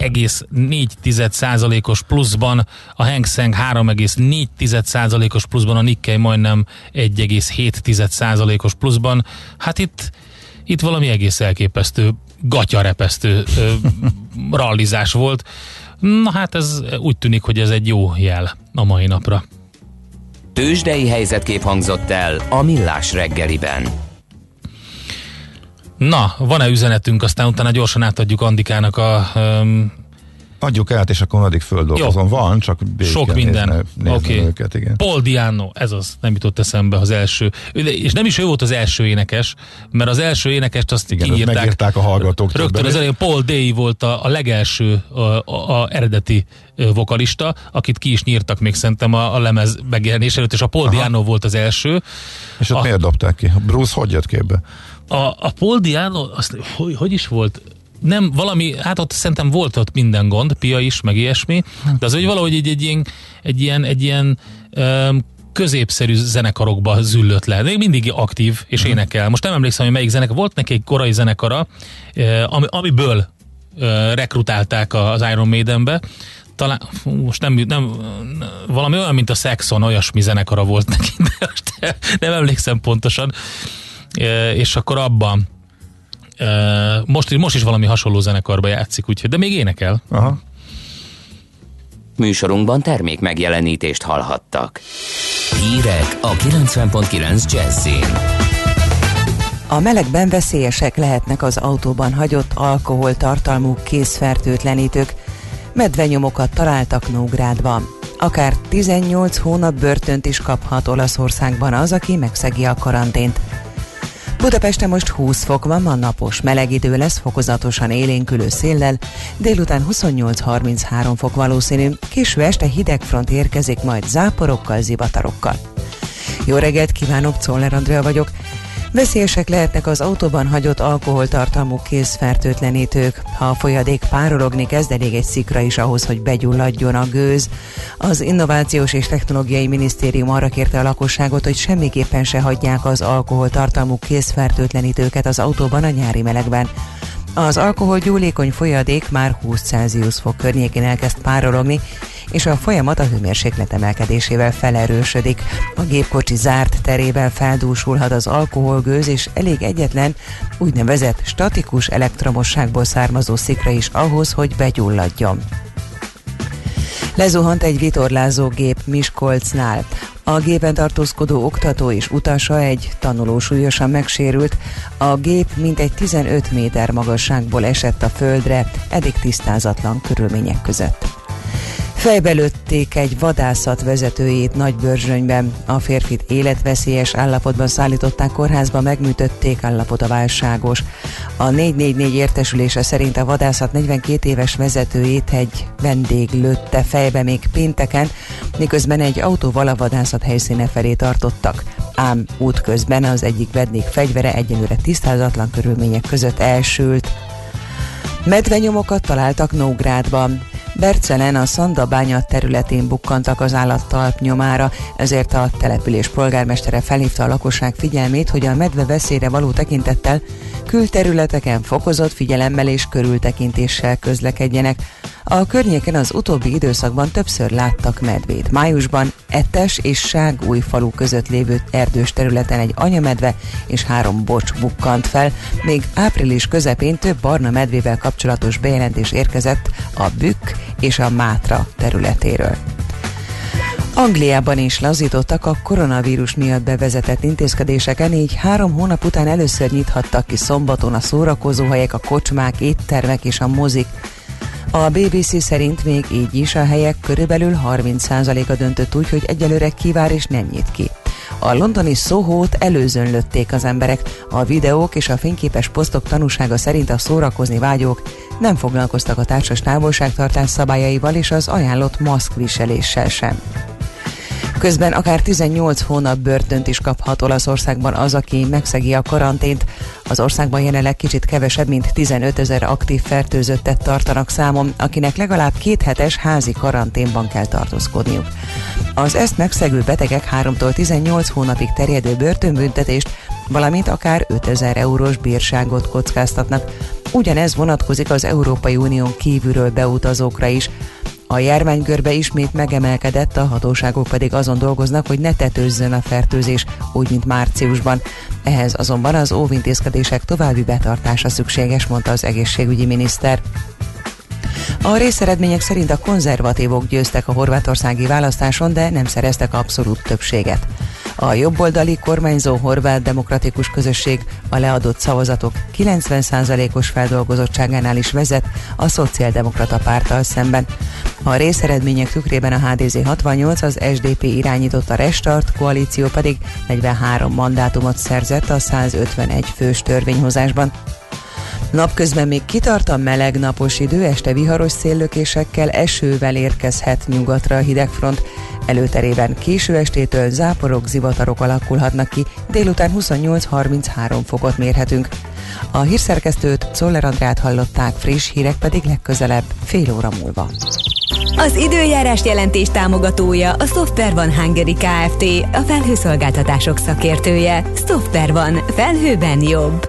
4,4%-os pluszban, a Hang Seng 3,4%-os pluszban, a Nikkei majdnem 1,7%-os pluszban. Hát itt valami egész elképesztő, gatyarepesztő rallizás volt. Na hát ez úgy tűnik, hogy ez egy jó jel a mai napra. Tőzsdei helyzetkép hangzott el a Millás reggeliben. Na, van-e üzenetünk, aztán utána gyorsan átadjuk Andikának a... Adjuk át, és akkor addig földolgozom. Van, csak sok minden. Nézne őket, igen. Paul Di'Anno, ez az, nem jutott eszembe az első. És nem is ő volt az első énekes, mert az első énekest azt kiírták. Megírták a hallgatók. Rögtön az elején Paul Day volt a legelső a eredeti vokalista, akit ki is nyírtak még szerintem a lemez megjelenés előtt, és a Paul Di'Anno volt az első. És ott miért dobták ki? Bruce hogy jött képbe? A Paul Di'Anno, azt, hogy is volt? Nem, valami, hát ott szerintem volt ott minden gond, Pia is, meg ilyesmi, de az, hogy valahogy egy ilyen középszerű zenekarokba züllött le. Még mindig aktív, és énekel. Most nem emlékszem, hogy melyik zenekar. Volt neki egy korai zenekara, amiből rekrutálták az Iron Maidenbe. Talán, most nem valami olyan, mint a Saxon, olyasmi zenekara volt neki, de most nem emlékszem pontosan. És akkor abban most is valami hasonló zenekarba játszik, úgyhogy, de még énekel. Aha. Műsorunkban termék megjelenítést hallhattak. Hírek a 90.9 Jazzin. A melegben veszélyesek lehetnek az autóban hagyott alkoholtartalmú kézfertőtlenítők. Medvenyomokat találtak Nógrádban. Akár 18 hónap börtönt is kaphat Olaszországban az, aki megszegi a karantént. Budapesten most 20 fok van, ma napos meleg idő lesz, fokozatosan élénkülő széllel, délután 28-33 fok valószínű, késő este hidegfront érkezik majd záporokkal, zivatarokkal. Jó reggelt kívánok, Czoller Andrea vagyok. Veszélyesek lehetnek az autóban hagyott alkoholtartalmú kézfertőtlenítők. Ha a folyadék párologni kezd, elég egy szikra is ahhoz, hogy begyulladjon a gőz. Az Innovációs és Technológiai Minisztérium arra kérte a lakosságot, hogy semmiképpen se hagyják az alkoholtartalmú kézfertőtlenítőket az autóban a nyári melegben. Az alkoholgyúlékony folyadék már 20 Celsius fok környékén elkezd párologni, és a folyamat a hőmérséklet emelkedésével felerősödik. A gépkocsi zárt terében feldúsulhat az alkoholgőz, és elég egyetlen úgynevezett statikus elektromosságból származó szikra is ahhoz, hogy begyulladjon. Lezuhant egy vitorlázó gép Miskolcnál. A gépen tartózkodó oktató és utasa, egy tanuló súlyosan megsérült. A gép mintegy 15 méter magasságból esett a földre, eddig tisztázatlan körülmények között. Fejbe lőtték egy vadászat vezetőjét Nagybörzsönyben. A férfit életveszélyes állapotban szállították kórházba, megműtötték, állapota válságos. A 444 értesülése szerint a vadászat 42 éves vezetőjét egy vendég lőtte fejbe még pénteken, miközben egy autóval a vadászat helyszíne felé tartottak. Ám útközben az egyik vendég fegyvere egyelőre tisztázatlan körülmények között elsült. Medvenyomokat találtak Nógrádban. Bercelen a Szandabánya területén bukkantak az állattalp nyomára, ezért a település polgármestere felhívta a lakosság figyelmét, hogy a medve veszélyre való tekintettel külterületeken fokozott figyelemmel és körültekintéssel közlekedjenek. A környéken az utóbbi időszakban többször láttak medvét. Májusban Ettes és Ságújfalu között lévő erdős területen egy anyamedve és 3 bocs bukkant fel, még április közepén több barna medvével kapcsolatos bejelentés érkezett a Bükk és a Mátra területéről. Angliában is lazítottak a koronavírus miatt bevezetett intézkedéseken, így 3 hónap után először nyithattak ki szombaton a szórakozóhelyek, a kocsmák, éttermek és a mozik. A BBC szerint még így is a helyek körülbelül 30%-a döntött úgy, hogy egyelőre kivár és nem nyit ki. A londoni Soho-t előzönlötték az emberek. A videók és a fényképes posztok tanúsága szerint a szórakozni vágyók nem foglalkoztak a társas távolságtartás szabályaival és az ajánlott maszkviseléssel sem. Közben akár 18 hónap börtönt is kaphat Olaszországban az, aki megszegi a karantént. Az országban jelenleg kicsit kevesebb, mint 15 000 aktív fertőzöttet tartanak számon, akinek legalább 2 hetes házi karanténban kell tartózkodniuk. Az ezt megszegő betegek 3-tól 18 hónapig terjedő börtönbüntetést valamint akár 5000 eurós bírságot kockáztatnak. Ugyanez vonatkozik az Európai Unión kívülről beutazókra is. A járványgörbe ismét megemelkedett, a hatóságok pedig azon dolgoznak, hogy ne tetőzzön a fertőzés, úgy, mint márciusban. Ehhez azonban az óvintézkedések további betartása szükséges, mondta az egészségügyi miniszter. A részeredmények szerint a konzervatívok győztek a horvátországi választáson, de nem szereztek abszolút többséget. A jobboldali kormányzó horvát demokratikus közösség a leadott szavazatok 90%-os feldolgozottságánál is vezet a szociáldemokrata párttal szemben. A részeredmények tükrében a HDZ 68, az SDP irányította Restart koalíció pedig 43 mandátumot szerzett a 151 fős törvényhozásban. Napközben még kitart a meleg napos idő, este viharos széllökésekkel, esővel érkezhet nyugatra a hidegfront. Előterében késő estétől záporok, zivatarok alakulhatnak ki, délután 28-33 fokot mérhetünk. A hírszerkesztőt, Czoller Andrát hallották, friss hírek pedig legközelebb fél óra múlva. Az időjárás jelentés támogatója a Software One Hungary Kft., a felhőszolgáltatások szakértője. Software One. Felhőben jobb.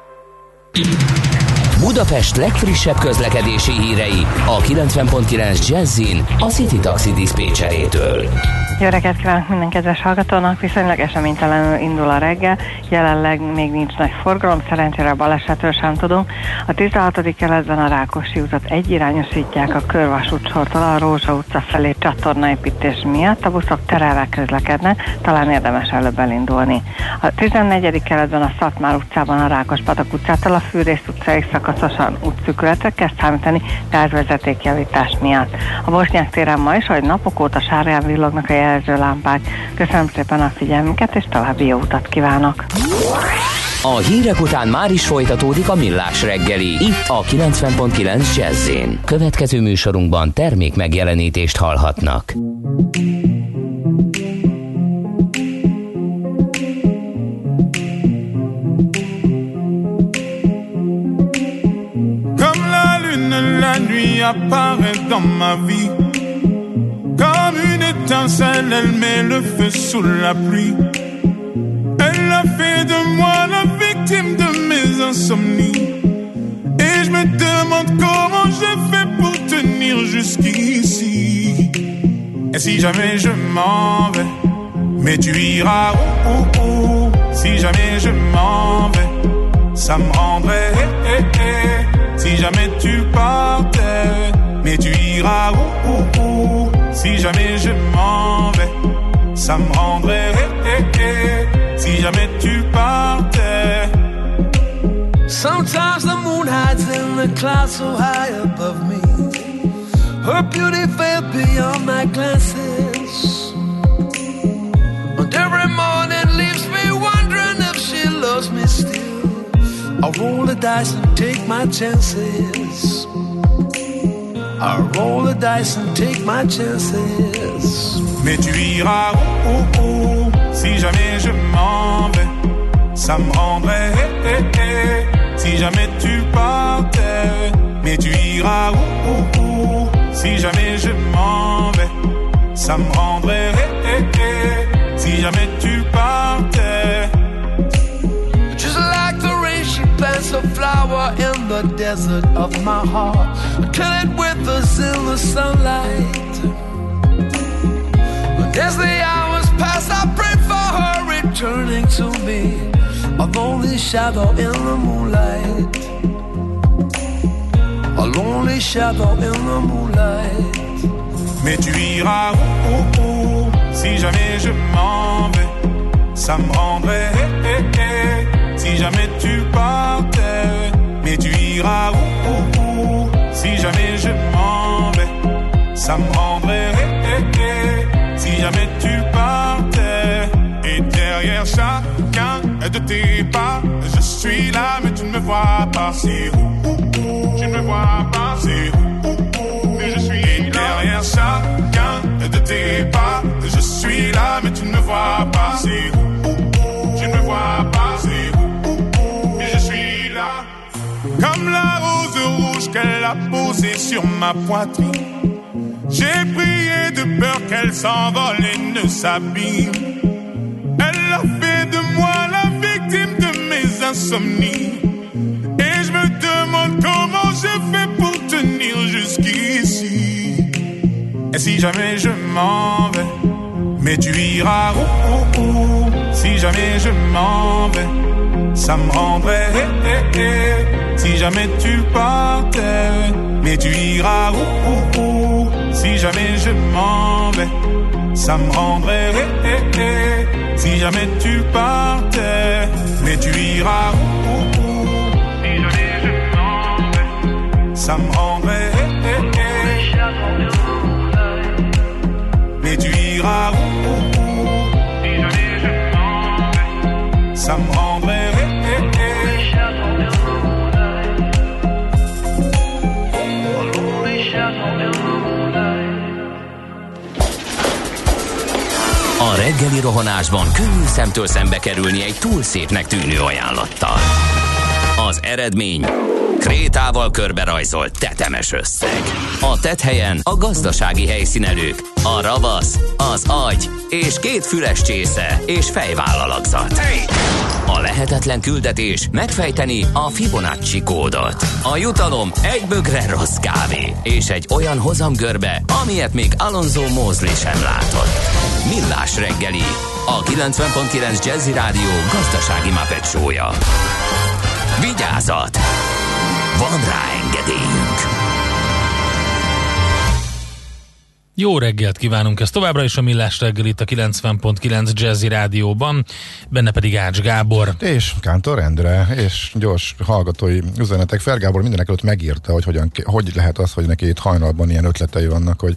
Budapest legfrissebb közlekedési hírei a 90.9 Jazzin a City Taxi diszpécserétől. Jó reggelt kívánok minden kedves hallgatónak, viszonylag eseménytelenül indul a reggel, jelenleg még nincs nagy forgalom, szerencsére a balesetről sem tudunk. A 16. keletben a Rákosi utat egyirányosítják a körvasútsortól a Rózsa utca felé csatornaépítés miatt, a buszok terelve közlekednek, talán érdemes előbb elindulni. A 14. keletben a Szatmár utcában a Rákospatak utcától a Fűrész utcáig szakaszosan útszűkületre kezd számítani gázvezetékjavítás miatt. A Bosnyák téren ma is, ahogy napok óta sárgán villognak a jelzőlámpák. Köszönöm szépen a figyelmüket, és további jó utat kívánok! A hírek után már is folytatódik a Millás reggeli, itt a 90.9 Jazz-én. Következő műsorunkban termék megjelenítést hallhatnak. Comme la lune, la nuit apparaît dans ma vie. Comme une étincelle, elle met le feu sous la pluie. Elle a fait de moi la victime de mes insomnies. Et je me demande comment j'ai fait pour tenir jusqu'ici. Et si jamais je m'en vais, mais tu iras où. Si jamais je m'en vais, ça me rendrait si jamais tu partais, mais tu iras où. Si jamais je m'en vais, ça me rendrait si jamais tu partais. Sometimes the moon hides in the clouds so high above me. Her beauty fell beyond my glances. And every morning leaves me wondering if she loves me still. I roll the dice and take my chances. I roll the dice and take my chances. Mais tu iras où. Si jamais je m'en vais, ça me rendrait si jamais tu partais. Mais tu iras où. Si jamais je m'en vais, ça me rendrait si jamais tu partais. Just like the rain, she plants a flower in the desert of my heart, till it withers in the sunlight. But as the hours pass, I pray for her returning to me, a lonely shadow in the moonlight. A lonely shadow in the moonlight. Mais tu iras où. Si jamais je m'en vais, ça me rendrait si jamais tu partais. Mais tu iras où. Si jamais je m'en vais, ça me rendrait si jamais tu partais. Et derrière chacun de tes pas, je suis là mais tu ne me vois pas. C'est où. Tu ne me vois pas. C'est où. Mais je suis là. Et derrière chacun de tes pas, je suis là mais tu ne me vois pas. C'est où. Tu ne me vois pas. C'est où. Mais je suis là. Comme la rose rouge qu'elle a posée sur ma poitrine, j'ai prié de peur qu'elle s'envole et ne s'abîme. Elle a fait de moi la victime l'insomnie. Et je me demande comment je fais pour tenir jusqu'ici. Et si jamais je m'en vais, mais tu iras où. Si jamais je m'en vais, ça me rendrait si jamais tu partais, mais tu iras où. Si jamais je m'en vais, ça me rendrait si jamais tu partais, mais tu iras où. Si jamais je m'en vais, ça me rendrait mais tu iras où. Si jamais je m'en vais, ça me rendrait A reggeli rohanásban könnyű szemtől szembe kerülni egy túl szépnek tűnő ajánlattal. Az eredmény krétával körberajzolt tetemes összeg. A tetthelyen a gazdasági helyszínelők, a ravasz, az agy és 2 füles csésze és fejvállalakzat. A lehetetlen küldetés megfejteni a Fibonacci kódot. A jutalom egy bögre rossz kávé és egy olyan hozamgörbe, amilyet még Alonso Mosley sem látott. Millás reggeli, a 90.9 Jazzy Rádió gazdasági Muppet show-ja. Vigyázat! Van rá engedélyünk! Jó reggelt kívánunk, ez továbbra is a Millás reggel itt a 90.9 Jazzy Rádióban, benne pedig Ács Gábor. És Kántor Endre, és gyors hallgatói üzenetek. Fer Gábor mindenekelőtt megírta, hogy lehet az, hogy neki itt hajnalban ilyen ötletei vannak, hogy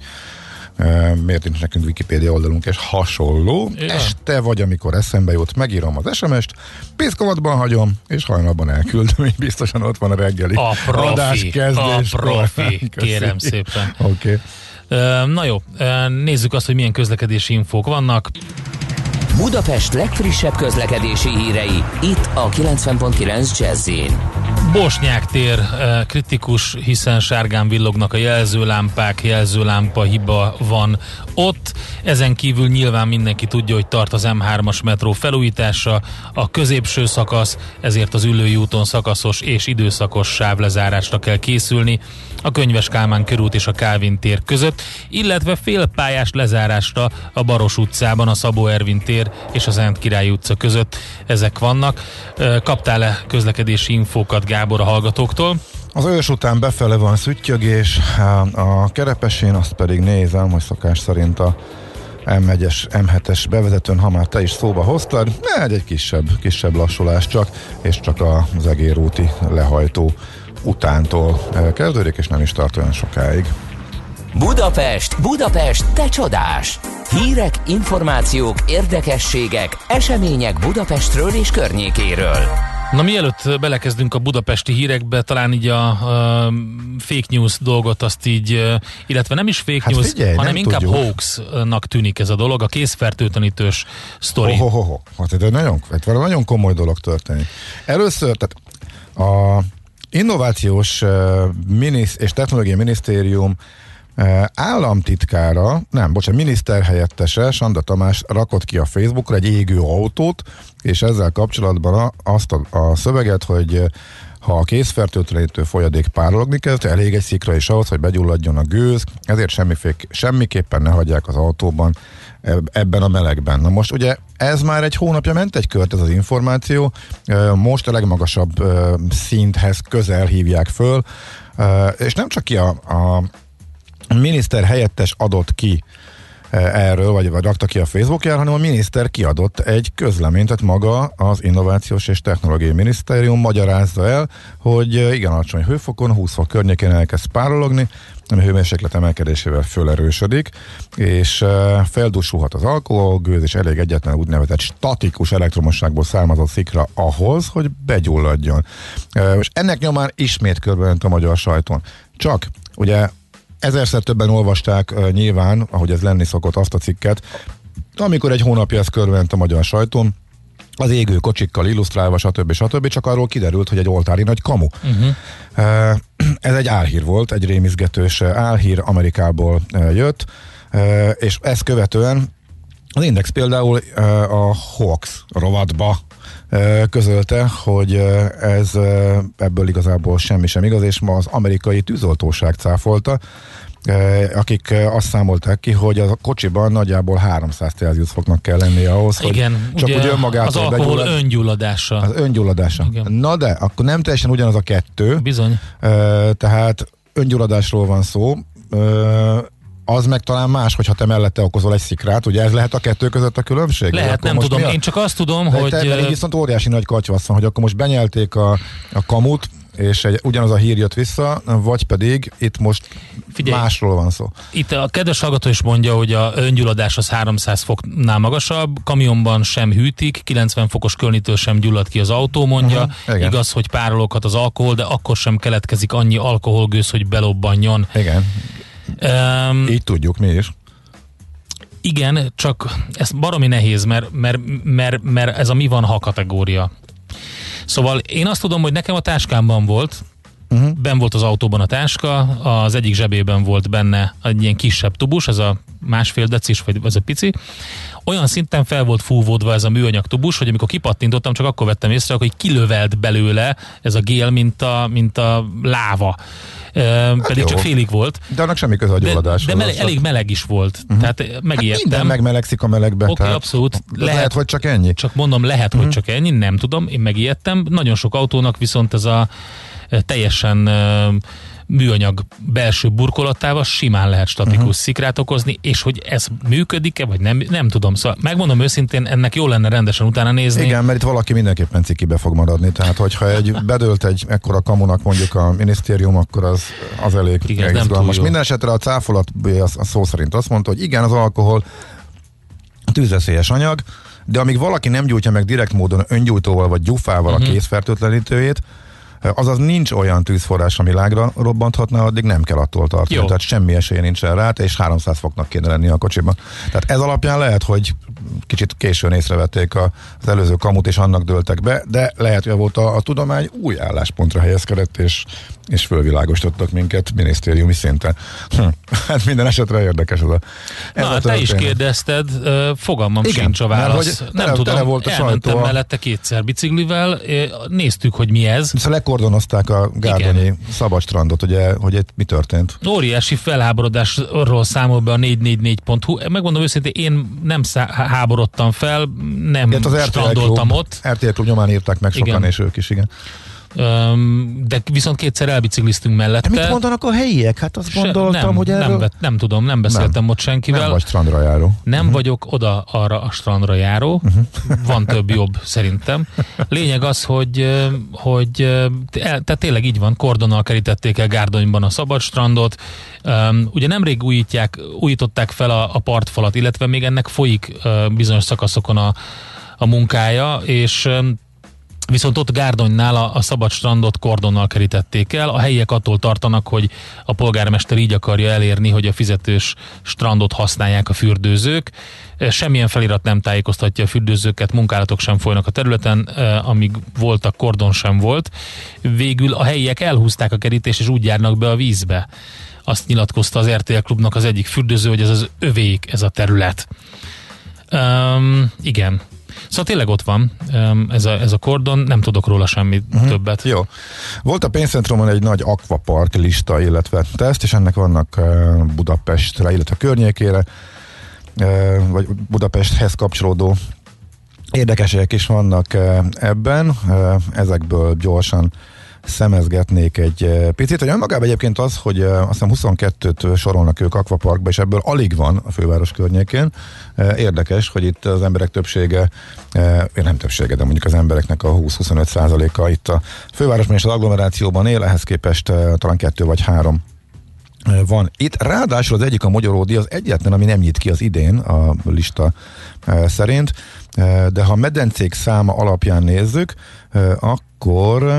miért nincs nekünk Wikipédia oldalunk, és hasonló. Ja. Este vagy, amikor eszembe jut, megírom az SMS-t, pészkovatban hagyom, és hajnalban elküldöm, így biztosan ott van a reggeli adáskezdés. A profi, kérem szépen. Oké. Na jó, nézzük azt, hogy milyen közlekedési infók vannak. Budapest legfrissebb közlekedési hírei, itt a 90.9 Jazzyn. Bosnyák tér kritikus, hiszen sárgán villognak a jelzőlámpák, jelzőlámpa hiba van ott. Ezen kívül nyilván mindenki tudja, hogy tart az M3-as metró felújítása, a középső szakasz, ezért az Üllői úton szakaszos és időszakos sávlezárásra kell készülni a Könyves Kálmán körút és a Kálvin tér között, illetve félpályás lezárásra a Baros utcában, a Szabó Ervin tér és a Szent Király utca között. Ezek vannak. Kaptál-e közlekedési infókat, Gábor, a hallgatóktól? Az Ős után befele van szüttyögés, a Kerepesén azt pedig nézem, hogy szokás szerint a M1-es, M7-es bevezetőn, ha már te is szóba hoztad, egy kisebb lassulás csak, és csak az Egér úti lehajtó utántól kezdődik, és nem is tart olyan sokáig. Budapest, Budapest, te csodás! Hírek, információk, érdekességek, események Budapestről és környékéről. Na, mielőtt belekezdünk a budapesti hírekbe, talán így a fake news dolgot azt így, illetve nem is fake news, figyelj, hanem inkább tudjuk. hoax-nak tűnik ez a dolog, a készfertőtlenítős sztori. Hát ez nagyon komoly dolog történik. Először, tehát a Innovációs és Technológiai Minisztérium államtitkára, miniszterhelyettese, Sanda Tamás rakott ki a Facebookra egy égő autót, és ezzel kapcsolatban azt a szöveget, hogy ha a készfertőtlenítő folyadék párologni kezd, elég egy szikra is ahhoz, hogy begyulladjon a gőz, ezért semmiképpen ne hagyják az autóban ebben a melegben. Na most ugye ez már egy hónapja ment egy kört, ez az információ, most a legmagasabb szinthez közel hívják föl, és nem csak ki a miniszter helyettes adott ki erről, vagy rakta ki a Facebookjára, hanem a miniszter kiadott egy közleményt, tehát maga az Innovációs és Technológiai Minisztérium magyarázza el, hogy igen alacsony hőfokon, 20 fok környékén elkezd párologni, ami hőmérséklet emelkedésével fölerősödik, és feldussulhat az alkoholgőz, és elég egyetlen úgynevezett statikus elektromosságból származó szikra ahhoz, hogy begyulladjon. És ennek nyomán ismét körbement a magyar sajton. Csak ugye ezerszer többen olvasták nyilván, ahogy ez lenni szokott, azt a cikket, amikor egy hónapja ez körvent a magyar sajtón, az égő kocsikkal illusztrálva, stb. Csak arról kiderült, hogy egy oltári nagy kamu. Ez egy álhír volt, egy rémizgetős álhír, Amerikából jött, és ezt követően Az Index például a Hawks rovatba közölte, hogy ebből igazából semmi sem igaz, és ma az amerikai tűzoltóság cáfolta, akik azt számolták ki, hogy a kocsiban nagyjából 300 Celsius foknak kell lennie ahhoz, igen, hogy csak úgy önmagától az alkohol öngyulladása. Az öngyulladása. Igen. Na de, akkor nem teljesen ugyanaz a kettő. Bizony. Tehát öngyulladásról van szó. Az meg talán más, hogyha te mellette okozol egy szikrát, ugye ez lehet a kettő között a különbség? Lehet, nem tudom, én csak azt tudom, de hogy... viszont óriási nagy katyvasz van, hogy akkor most benyelték a kamut, és ugyanaz a hír jött vissza, vagy pedig itt most figyelj, másról van szó. Itt a kedves hallgató is mondja, hogy a öngyulladás az 300 foknál magasabb, kamionban sem hűtik, 90 fokos kölnitől sem gyullad ki az autó, mondja. Igaz, hogy párologhat az alkohol, de akkor sem keletkezik annyi alkoholgőz, hogy belobbanjon. Igen. Így tudjuk mi is. Igen, csak ez baromi nehéz, mert ez a mi van, ha kategória. Szóval én azt tudom, hogy nekem a táskámban volt, benn volt az autóban a táska, az egyik zsebében volt benne egy ilyen kisebb tubus, ez a 1,5 decis, vagy ez a pici. Olyan szinten fel volt fúvódva ez a műanyag tubus, hogy amikor kipattintottam, csak akkor vettem észre, hogy kilövelt belőle ez a gél, mint a láva. Pedig jó, csak félig volt. De annak semmi köze a gyulladáshoz. De elég meleg is volt. Tehát megijedtem. Hát minden megmelegszik a melegbe. Oké, abszolút. Lehet, hogy csak ennyi. Csak mondom, lehet, hogy csak ennyi, nem tudom, én megijedtem. Nagyon sok autónak viszont ez a teljesen műanyag belső burkolatával simán lehet statikus szikrát okozni, és hogy ez működik-e, vagy nem tudom. Szóval megmondom őszintén, ennek jó lenne rendesen utána nézni. Igen, mert itt valaki mindenképpen cikibe fog maradni, tehát hogyha bedőlt egy ekkora kamunak mondjuk a minisztérium, akkor az elég izgalmas. Minden esetre a cáfolat a szó szerint azt mondta, hogy igen, az alkohol tűzveszélyes anyag, de amíg valaki nem gyújtja meg direkt módon öngyújtóval vagy gyufával a kézfertőtlenítőjét, azaz nincs olyan tűzforrás, ami lágra robbanthatna, addig nem kell attól tartani. Jó. Tehát semmi esélye nincsen rá, és 300 foknak kéne lenni a kocsiban. Tehát ez alapján lehet, hogy kicsit későn észrevették az előző kamut, és annak dőltek be, de lehet, hogy volt a tudomány új álláspontra helyezkedett, és fölvilágosítottak minket minisztériumi szinten. Hát minden esetre érdekes ez a te is kérdezted, fogalmam sincs a válasz. Nem tudom, elmentem mellette kétszer biciklivel, néztük, hogy mi ez. Szóval lekordonozták a gárdonyi szabad strandot, ugye, hogy itt mi történt? Óriási felháborodásról számol be a 444.hu. Megmondom őszintén, én nem háborodtam fel, nem strandoltam ott. RTL Klub nyomán írták meg sokan, és ők is, igen. De viszont kétszer elbicikliztünk mellette. De mit mondanak a helyiek? Hát azt gondoltam, hogy erről... Nem tudom, nem beszéltem ott senkivel. Nem vagy strandra járó. Nem vagyok arra a strandra járó. Van több jobb szerintem. Lényeg az, hogy tehát tényleg így van, kordonnal kerítették el Gárdonyban a szabad strandot. Ugye nemrég újították fel a partfalat, illetve még ennek folyik bizonyos szakaszokon a munkája, és viszont ott Gárdonynál a szabad strandot kordonnal kerítették el. A helyiek attól tartanak, hogy a polgármester így akarja elérni, hogy a fizetős strandot használják a fürdőzők. Semmilyen felirat nem tájékoztatja a fürdőzőket, munkálatok sem folynak a területen, amíg voltak, kordon sem volt. Végül a helyiek elhúzták a kerítést, és úgy járnak be a vízbe. Azt nyilatkozta az RTL Klubnak az egyik fürdőző, hogy ez az övék, ez a terület. Igen. Szóval tényleg ott van ez a kordon, nem tudok róla semmi többet. Jó. Volt a pénzcentrumon egy nagy akvapark lista, illetve teszt, és ennek vannak Budapestre, illetve környékére, vagy Budapesthez kapcsolódó érdekesek is vannak ebben. Ezekből gyorsan szemezgetnék egy picit, hogy önmagában egyébként az, hogy azt hiszem 22-t sorolnak ők akvaparkba, és ebből alig van a főváros környékén. Érdekes, hogy itt az emberek többsége, nem többsége, de mondjuk az embereknek a 20-25%-a itt a fővárosban és az agglomerációban él, ehhez képest talán 2 vagy 3 van itt. Ráadásul az egyik, a Magyaródi, az egyetlen, ami nem nyit ki az idén a lista szerint, de ha a medencék száma alapján nézzük, akkor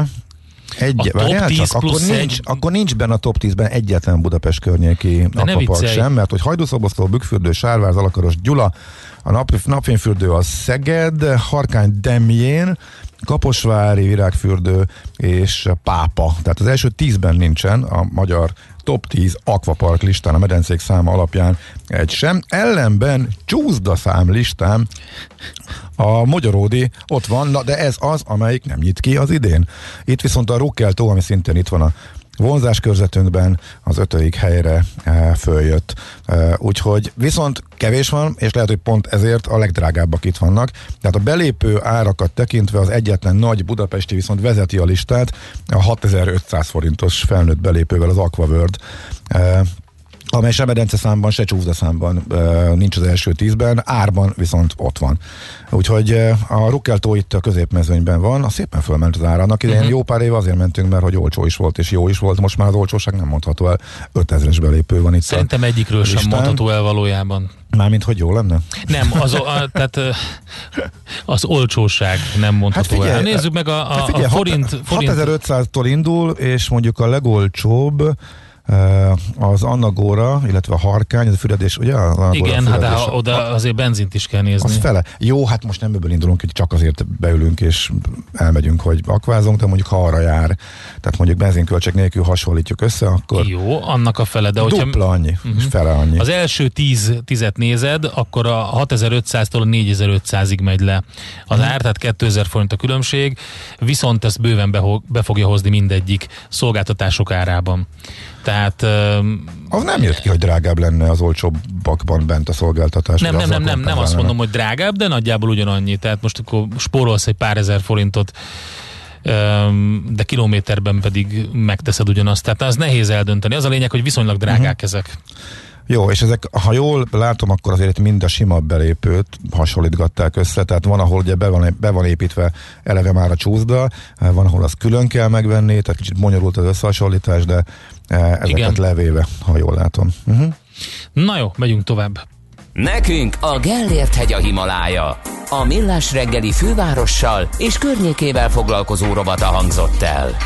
akkor nincs benne a top 10-ben egyetlen Budapest környéki akvapark sem, mert hogy Hajdúszoboszló, Bükkfürdő, Sárváz, Alakaros, Gyula, a napfényfürdő a Szeged, Harkány, Demjén, Kaposvári, Virágfürdő és Pápa. Tehát az első 10-ben nincsen a magyar top 10 akvapark listán a medencék száma alapján egy sem. Ellenben csúszdaszám listán a Mogyoródi ott van, de ez az, amelyik nem nyit ki az idén. Itt viszont a Rukkel-tó, ami szintén itt van a vonzáskörzetünkben, az 5. helyre följött. Úgyhogy viszont kevés van, és lehet, hogy pont ezért a legdrágábbak itt vannak. Tehát a belépő árakat tekintve az egyetlen nagy budapesti viszont vezeti a listát, a 6500 forintos felnőtt belépővel az Aquaworld, amely se medence számban, se csúszdaszámban nincs az első 10-ben, árban viszont ott van. Úgyhogy a Rukkel-tó itt a középmezőnyben van, a szépen fölment az árának. Idején jó pár év azért mentünk, mert hogy olcsó is volt, és jó is volt, most már az olcsóság nem mondható el. 5000-es belépő van itt. Szerintem egyikről sem mondható el valójában. Mármint, hogy jó lenne? Nem, tehát az olcsóság nem mondható el. Nézzük meg a forint. 6500-tól indul, és mondjuk a legolcsóbb az Annagóra, illetve a Harkány, az a füredés, ugye? Igen, hát oda azért benzint is kell nézni. Az fele. Jó, hát most nem ebből indulunk, hogy csak azért beülünk és elmegyünk, hogy akvázunk, de mondjuk ha arra jár, tehát mondjuk benzinköltség nélkül hasonlítjuk össze, akkor jó, annak a fele, de dupla annyi, fele annyi. Az első 10-et nézed, akkor a 6500-tól a 4500-ig megy le az ár, tehát 2000 forint a különbség, viszont ezt bőven be fogja hozni mindegyik szolgáltatások árában. Tehát... az nem jött ki, hogy drágább lenne az olcsóbbakban bent a szolgáltatás. Nem azt mondom, hogy drágább, de nagyjából ugyanannyi. Tehát most akkor spórolsz egy pár ezer forintot, de kilométerben pedig megteszed ugyanazt. Tehát az nehéz eldönteni. Az a lényeg, hogy viszonylag drágák ezek. Jó, és ezek, ha jól látom, akkor azért mind a sima belépőt hasonlítgatták össze, tehát van, ahol ugye be van építve eleve már a csúszda, van, ahol azt külön kell megvenni, tehát kicsit bonyolult az összehasonlítás, de ezeket igen, levéve, ha jól látom. Na jó, megyünk tovább. Nekünk a Gellért-hegy a Himalája. A Millás reggeli fővárossal és környékével foglalkozó rovata hangzott el.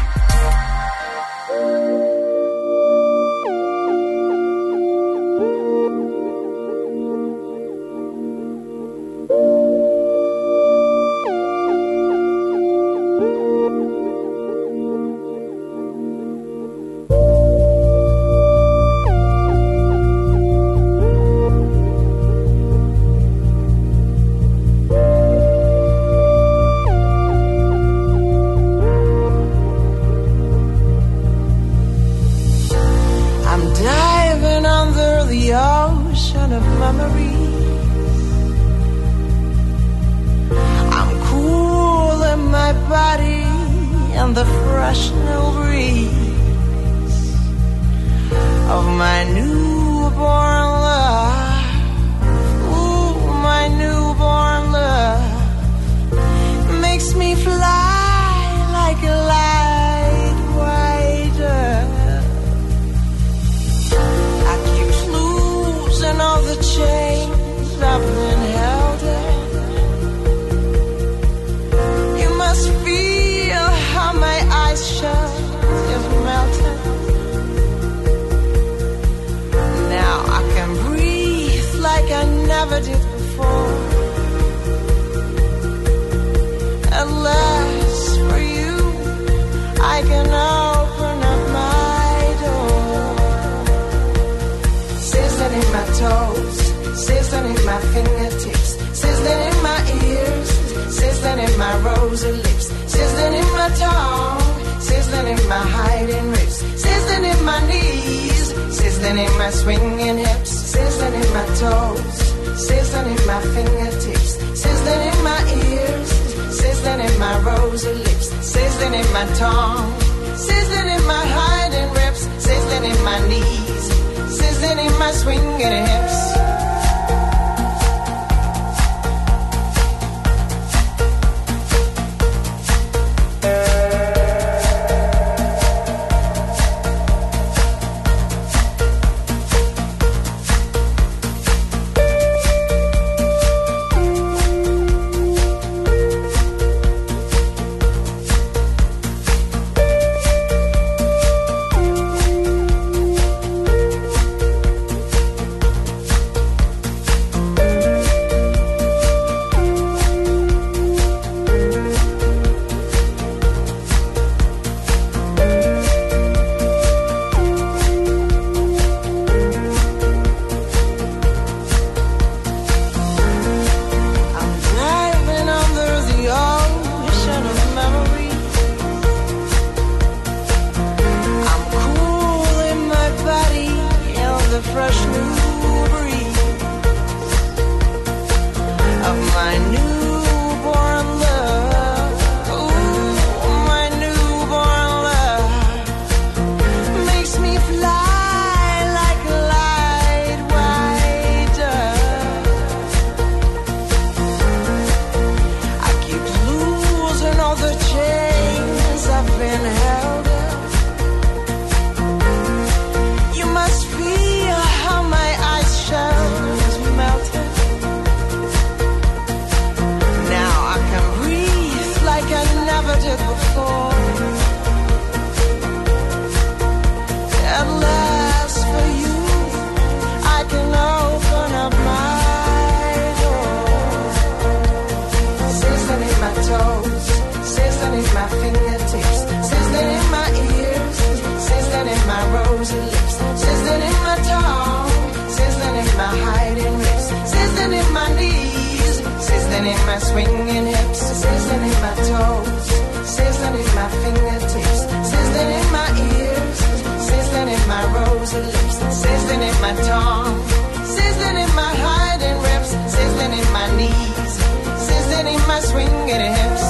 sizzling in my swinging hips, sizzling in my toes, sizzling in my fingertips, sizzling in my ears, sizzling in my rosy lips, sizzling in my tongue, sizzling in my hiding ribs, sizzling in my knees, sizzling in my swinging hips.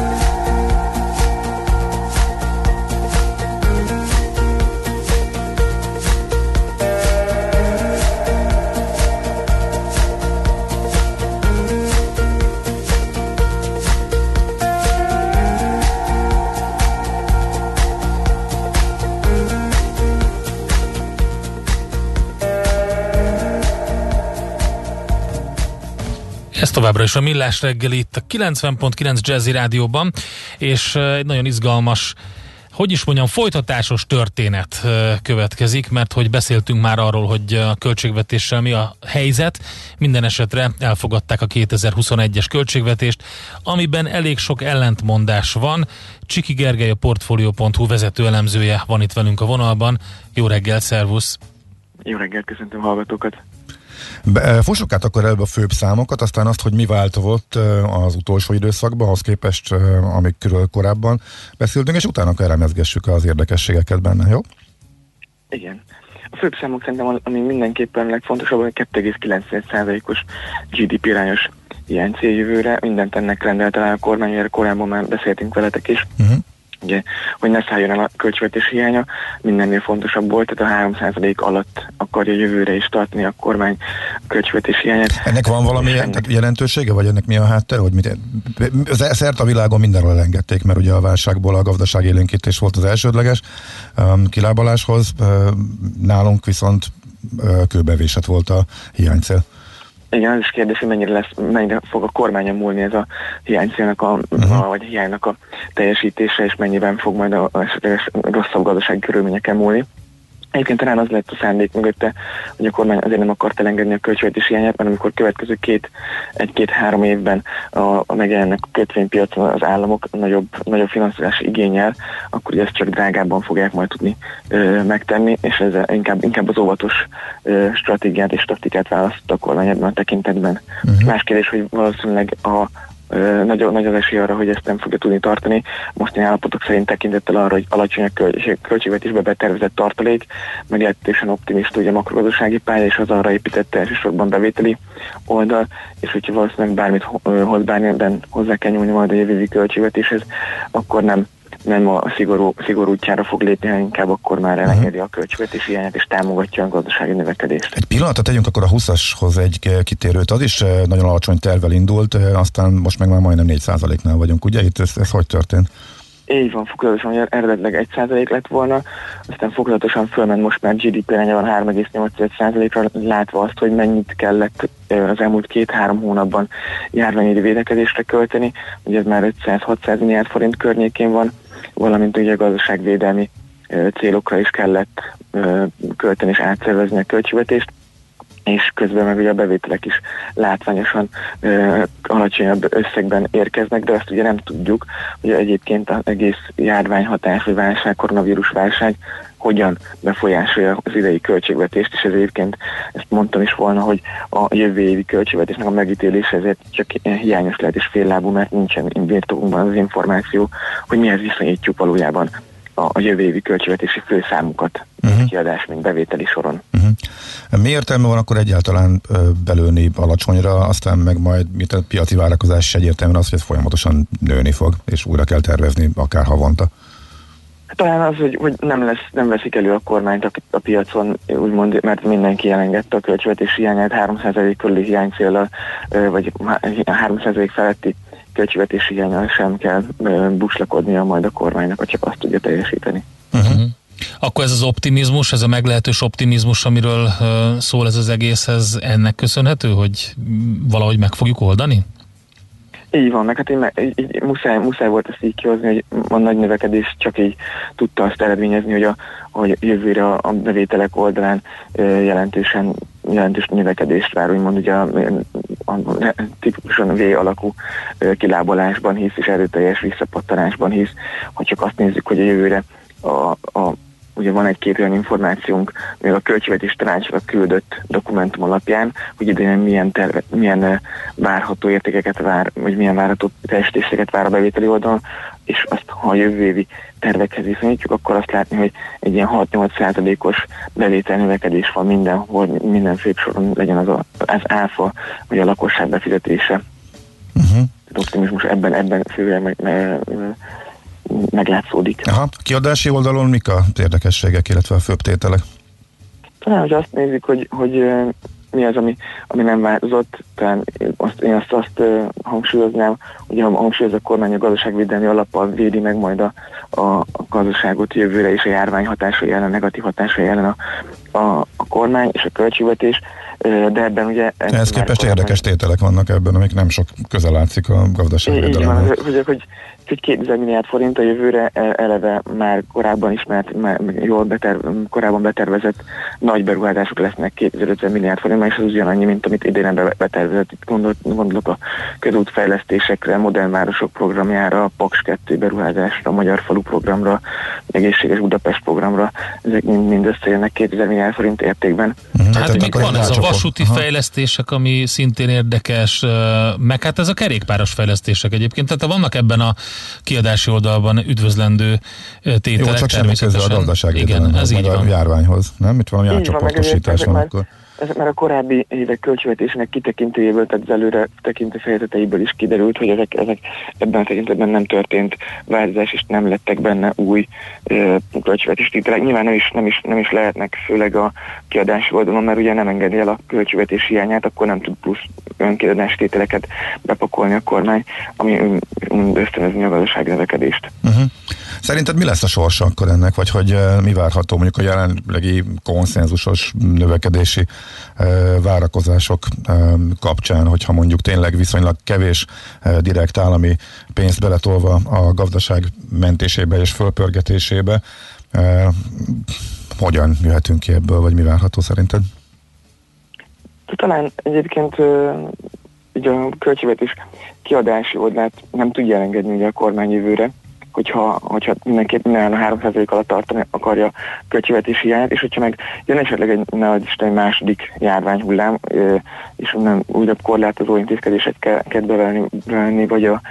Ez továbbra is a Millás reggel itt a 90.9 Jazzy Rádióban, és egy nagyon izgalmas, hogy is mondjam, folytatásos történet következik, mert hogy beszéltünk már arról, hogy a költségvetéssel mi a helyzet. Minden esetre elfogadták a 2021-es költségvetést, amiben elég sok ellentmondás van. Csiki Gergely, a Portfolio.hu vezető elemzője van itt velünk a vonalban. Jó reggel, szervusz! Jó reggel, köszöntöm a hallgatókat! Fussuk át akkor előbb a főbb számokat, aztán azt, hogy mi változott az utolsó időszakban, ahhoz képest, amikről korábban beszéltünk, és utána akkor elemezgessük az érdekességeket benne, jó? Igen. A főbb számok szerintem, ami mindenképpen legfontosabb, hogy 2,9%-os GDP irányos ilyen céljövőre, mindent ennek rendelt el a kormány, erre korábban már beszéltünk veletek is. Ugye, hogy ne szálljon el a költségvetés hiánya, mindennél fontosabb volt, tehát a 3% alatt akarja jövőre is tartani a kormány költségvetés hiányát. Ennek van valami jelentősége, vagy ennek mi a háttere? Hogy szerte a világon mindenről elengedték, mert ugye a válságból a gazdaság élénkítés volt az elsődleges kilábaláshoz, nálunk viszont kőbevésett volt a hiánycél. Igen, az is kérdés, hogy mennyire fog a kormányon múlni ez a hiánycélnak vagy a hiánynak a teljesítése, és mennyiben fog majd a esetleges rosszabb gazdasági körülményeken múlni. Egyébként talán az lett a szándék mögötte, hogy a kormány azért nem akart elengedni a költségvetés hiányát, mert amikor következő 1-2-3 évben megjelennek a kötvénypiacon az államok nagyobb finanszírozási igénnyel, akkor ezt csak drágábban fogják majd tudni megtenni, és ez inkább az óvatos stratégiát és taktikát választott a kormány ebben a tekintetben. Más kérdés, hogy valószínűleg nagy az esély arra, hogy ezt nem fogja tudni tartani. Mostani állapotok szerint tekintettel arra, hogy alacsony a költségvetésbe betervezett tartalék, meglehetősen optimista ugye a makrogazdasági pálya, és az arra építette elsősorban bevételi oldal, és hogyha valószínűleg bármit hoz bármilyen hozzá kell nyúlni majd a jövő évi költségvetéshez, akkor nem a szigorú útjára fog lépni, hanem inkább akkor már elengedi a költségvetési hiányát és támogatja a gazdasági növekedést. Egy pillanatot tegyünk akkor a 20-ashoz egy kitérőt, az is nagyon alacsony tervvel indult, aztán most meg már majdnem 4%-nál vagyunk, ugye? Itt ez hogy történt? Így van, fokozatosan, hogy eredetileg 1% lett volna, aztán fokozatosan fölment, most már GDP aránya van 3,8%-ra, látva azt, hogy mennyit kellett az elmúlt 2-3 hónapban járványügyi védekezésre költeni, ugye ez már 500-600 milliárd forint környékén van, valamint ugye a gazdaságvédelmi célokra is kellett költeni és átszervezni a költségvetést, és közben meg ugye a bevételek is látványosan alacsonyabb összegben érkeznek, de azt ugye nem tudjuk, hogy egyébként az egész járványhatás, vagy válság, koronavírus válság hogyan befolyásolja az idei költségvetést, és ez egyébként ezt mondtam is volna, hogy a jövő évi költségvetésnek a megítélése ezért csak hiányos lehet és féllábú, mert nincsen birtokunkban az információ, hogy mihez viszonyítjuk valójában a jövő évi költségvetési főszámukat, kiadás, mint bevételi soron. Mi értelme van akkor egyáltalán belőni alacsonyra, aztán meg majd a piaci várakozás is egyértelműen az, hogy ez folyamatosan nőni fog, és újra kell tervezni akár havonta? Talán az, hogy nem veszik elő a kormányt a piacon, úgymond, mert mindenki elengedte a költségvetési hiányát 3% körüli hiánycéllal, vagy 3% feletti költségvetési hiánnyal sem kell buslakodnia majd a kormánynak, csak azt tudja teljesíteni. Akkor ez az optimizmus, ez a meglehetős optimizmus, amiről szól ez az egész, ez ennek köszönhető, hogy valahogy meg fogjuk oldani? Így van, meg hát muszáj volt ezt így kihozni, hogy a nagy növekedés csak így tudta azt eredményezni, hogy jövőre a bevételek oldalán jelentős növekedést vár, úgymond ugye tipikusan V alakú kilábalásban hisz, és erőteljes visszapattanásban hisz, hogy csak azt nézzük, hogy a jövőre ugye van egy-két olyan információnk, még a költségvetés tanácsra küldött dokumentum alapján, hogy idején milyen várható értékeket vár, vagy milyen várható teljesítéseket vár a bevételi oldalon, és azt, ha a jövő évi tervekhez viszonyítjuk, akkor azt látni, hogy egy ilyen 6-8%-os bevétel növekedés van mindenhol, minden szép soron, legyen az áfa, vagy a lakosság befizetése. Az optimizmus ebben főleg meglátszódik. Aha, kiadási oldalon mik az érdekességek, illetve a főbb tételek? Talán, hogy azt nézzük, hogy mi az, ami nem változott, talán én azt hangsúlyoznám, hogy hangsúlyoz a kormány a gazdaságvédelmi alappal védi meg majd a gazdaságot jövőre, és a járvány hatásai ellen, negatív hatásai ellen a kormány és a költségvetés, de ebben ugye... Ehhez képest érdekes tételek vannak ebben, amik nem sok közel látszik a gazdaságvédelemhez. Hogy 2000 milliárd forint a jövőre eleve már korábban ismert, korábban betervezett nagy beruházások lesznek 2050 milliárd forintban, és az ugyanannyi, mint amit idén betervezett. Itt gondolok a közútfejlesztésekre, modern városok programjára, a Paks 2 beruházásra, a Magyar Falu programra, egészséges Budapest programra. Ezek mind összejönnek 2000 milliárd forint értékben. Hát még van ez a vasúti fejlesztések, ami szintén érdekes, meg hát ez a kerékpáros fejlesztések egyébként. Tehát vannak ebben a kiadási oldalban üdvözlendő tételek. Jó, csak semmi köze a gazdaságvédelemhez, meg a járványhoz. Nem? Itt valami átcsoportosítás van akkor. Ez már a korábbi évek költségvetésének kitekintőjéből, tehát az előre tekintő fejezeteiből is kiderült, hogy ezek ebben a tekintetben nem történt változás, és nem lettek benne új költségvetési tételek. Nyilván nem is lehetnek, főleg a kiadási oldalon, mert ugye nem engedi el a költségvetési hiányát, akkor nem tud plusz önkiadási tételeket bepakolni a kormány, ami ösztönözni a gazdasági növekedést. Szerinted mi lesz a sorsa akkor ennek, vagy hogy mi várható mondjuk a jelenlegi konszenzusos növekedési várakozások kapcsán, hogyha mondjuk tényleg viszonylag kevés direkt állami pénzt beletolva a gazdaság mentésébe és fölpörgetésébe, hogyan jöhetünk ki ebből, vagy mi várható szerinted? Talán egyébként ugye a költségvetés kiadási oldalát nem tudja elengedni ugye a kormány jövőre, hogyha mindenképp minden a 3% alatt tartani akarja a költségvetési hiányát, és hogyha meg jön esetleg egy második járványhullám, és onnan újabb korlátozó intézkedéseket bevetni,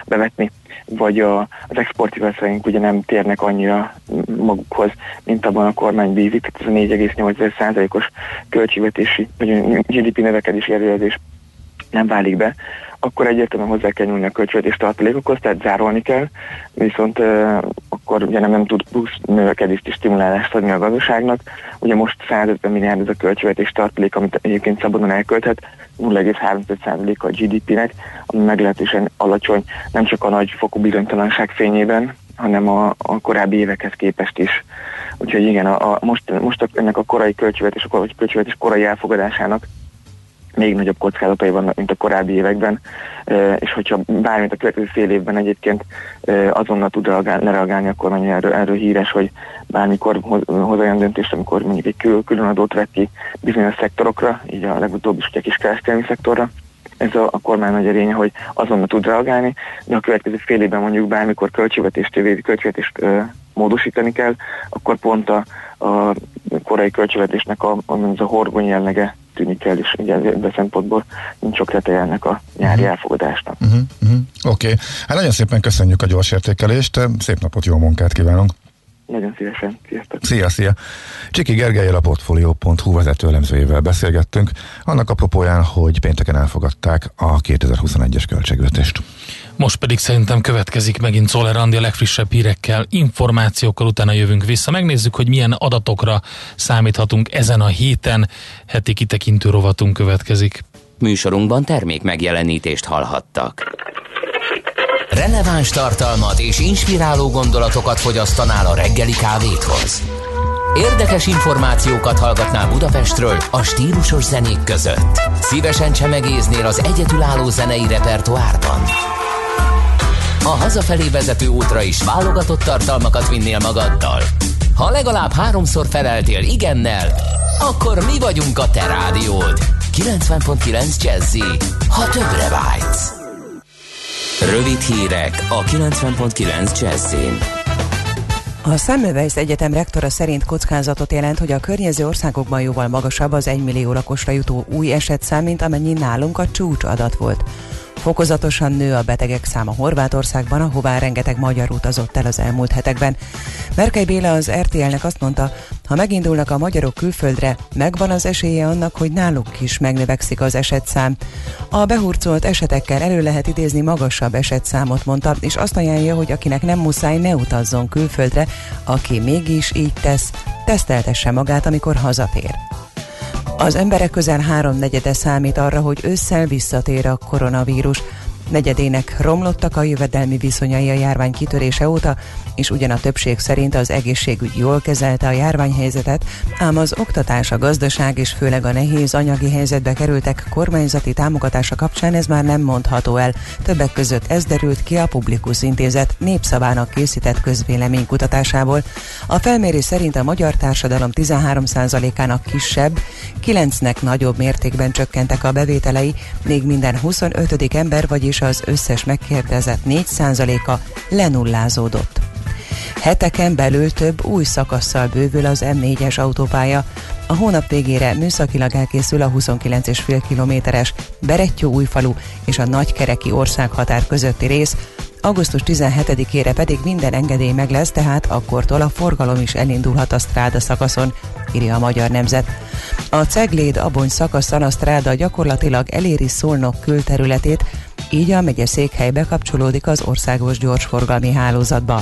vagy az exportpiacaink ugye nem térnek annyira magukhoz, mint abban a kormány bízik, ez a 4,8%-os költségvetési, vagy GDP növekedési előjelzés nem válik be, akkor egyértelműen hozzá kell nyúlni a költségvetés tartalékokhoz, tehát zárolni kell, viszont akkor ugye nem tud plusz növekedést és stimulálást adni a gazdaságnak. Ugye most 150 milliárd ez a költségvetés tartalék, amit egyébként szabadon elkölthet, 0,35% a GDP-nek, ami meglehetősen alacsony, nem csak a nagy fokú bizonytalanság fényében, hanem a korábbi évekhez képest is. Úgyhogy igen, most ennek a korai költségvetés korai elfogadásának még nagyobb kockázatai vannak, mint a korábbi években, és hogyha bármit a következő fél évben egyébként azonnal tud lereagálni, akkor mondja erről híres, hogy bármikor hoz olyan döntést, amikor mondjuk egy különadót vett ki bizonyos szektorokra, így a legutóbb is ugye a kiskereskedelmi szektorra. Ez a kormány nagy erénye, hogy azonnal tud reagálni, de a következő fél évben mondjuk bármikor költségvetést módosítani kell, akkor pont a korai költségvetésnek a horgony jellege tűnik el, és ugye ebből szempontból nincs sok teteje ennek a nyári elfogadásnak. Oké. Hát nagyon szépen köszönjük a gyors értékelést, szép napot, jó munkát kívánunk! Nagyon szívesen, sziasztok! Szia! Csiki Gergellyel, a Portfolio.hu vezető elemzőjével beszélgettünk, annak apropóján, hogy pénteken elfogadták a 2021-es költségvetést. Most pedig szerintem következik megint Czoller Andi a legfrissebb hírekkel, információkkal, utána jövünk vissza. Megnézzük, hogy milyen adatokra számíthatunk ezen a héten. Heti kitekintő rovatunk következik. Műsorunkban termék megjelenítést hallhattak. Releváns tartalmat és inspiráló gondolatokat fogyasztanál a reggeli kávéthoz. Érdekes információkat hallgatnál Budapestről a stílusos zenék között. Szívesen csemegéznél az egyedülálló zenei repertoárban. A hazafelé vezető útra is válogatott tartalmakat vinnél magaddal. Ha legalább 3-szor feleltél igennel, akkor mi vagyunk a te rádiód. 90.9 Jazzy, ha többre vágysz. Rövid hírek a 90.9 Jazzyn. A Semmelweis Egyetem rektora szerint kockázatot jelent, hogy a környező országokban jóval magasabb az 1 millió lakosra jutó új esetszám, mint amennyi nálunk a csúcsadat volt. Fokozatosan nő a betegek száma Horvátországban, ahová rengeteg magyar utazott el az elmúlt hetekben. Merkely Béla az RTL-nek azt mondta, ha megindulnak a magyarok külföldre, megvan az esélye annak, hogy náluk is megnövekszik az esetszám. A behurcolt esetekkel elő lehet idézni magasabb esetszámot, mondta, és azt ajánlja, hogy akinek nem muszáj, ne utazzon külföldre, aki mégis így tesz, teszteltesse magát, amikor hazatér. Az emberek közel 3/4 számít arra, hogy ősszel visszatér a koronavírus. Negyedének romlottak a jövedelmi viszonyai a járvány kitörése óta, és ugyan a többség szerint az egészségügy jól kezelte a járványhelyzetet, ám az oktatás, a gazdaság és főleg a nehéz anyagi helyzetbe kerültek kormányzati támogatása kapcsán ez már nem mondható el. Többek között ez derült ki a Publikus Intézet népszavának készített közvéleménykutatásából. A felmérés szerint a magyar társadalom 13%-ának kisebb, 9-nek nagyobb mértékben csökkentek a bevételei, még minden 25. ember, vagyis az összes megkérdezett 4%-a lenullázódott. Heteken belül több új szakasszal bővül az M4-es autópálya. A hónap végére műszakilag elkészül a 29,5 kilométeres Berettyó-Újfalu és a Nagykereki országhatár közötti rész, augusztus 17-ére pedig minden engedély meg lesz, tehát akkortól a forgalom is elindulhat a stráda szakaszon, írja a Magyar Nemzet. A Cegléd-Abony szakaszon a stráda gyakorlatilag eléri Szolnok külterületét, így a megyeszékhely bekapcsolódik az országos gyorsforgalmi hálózatba.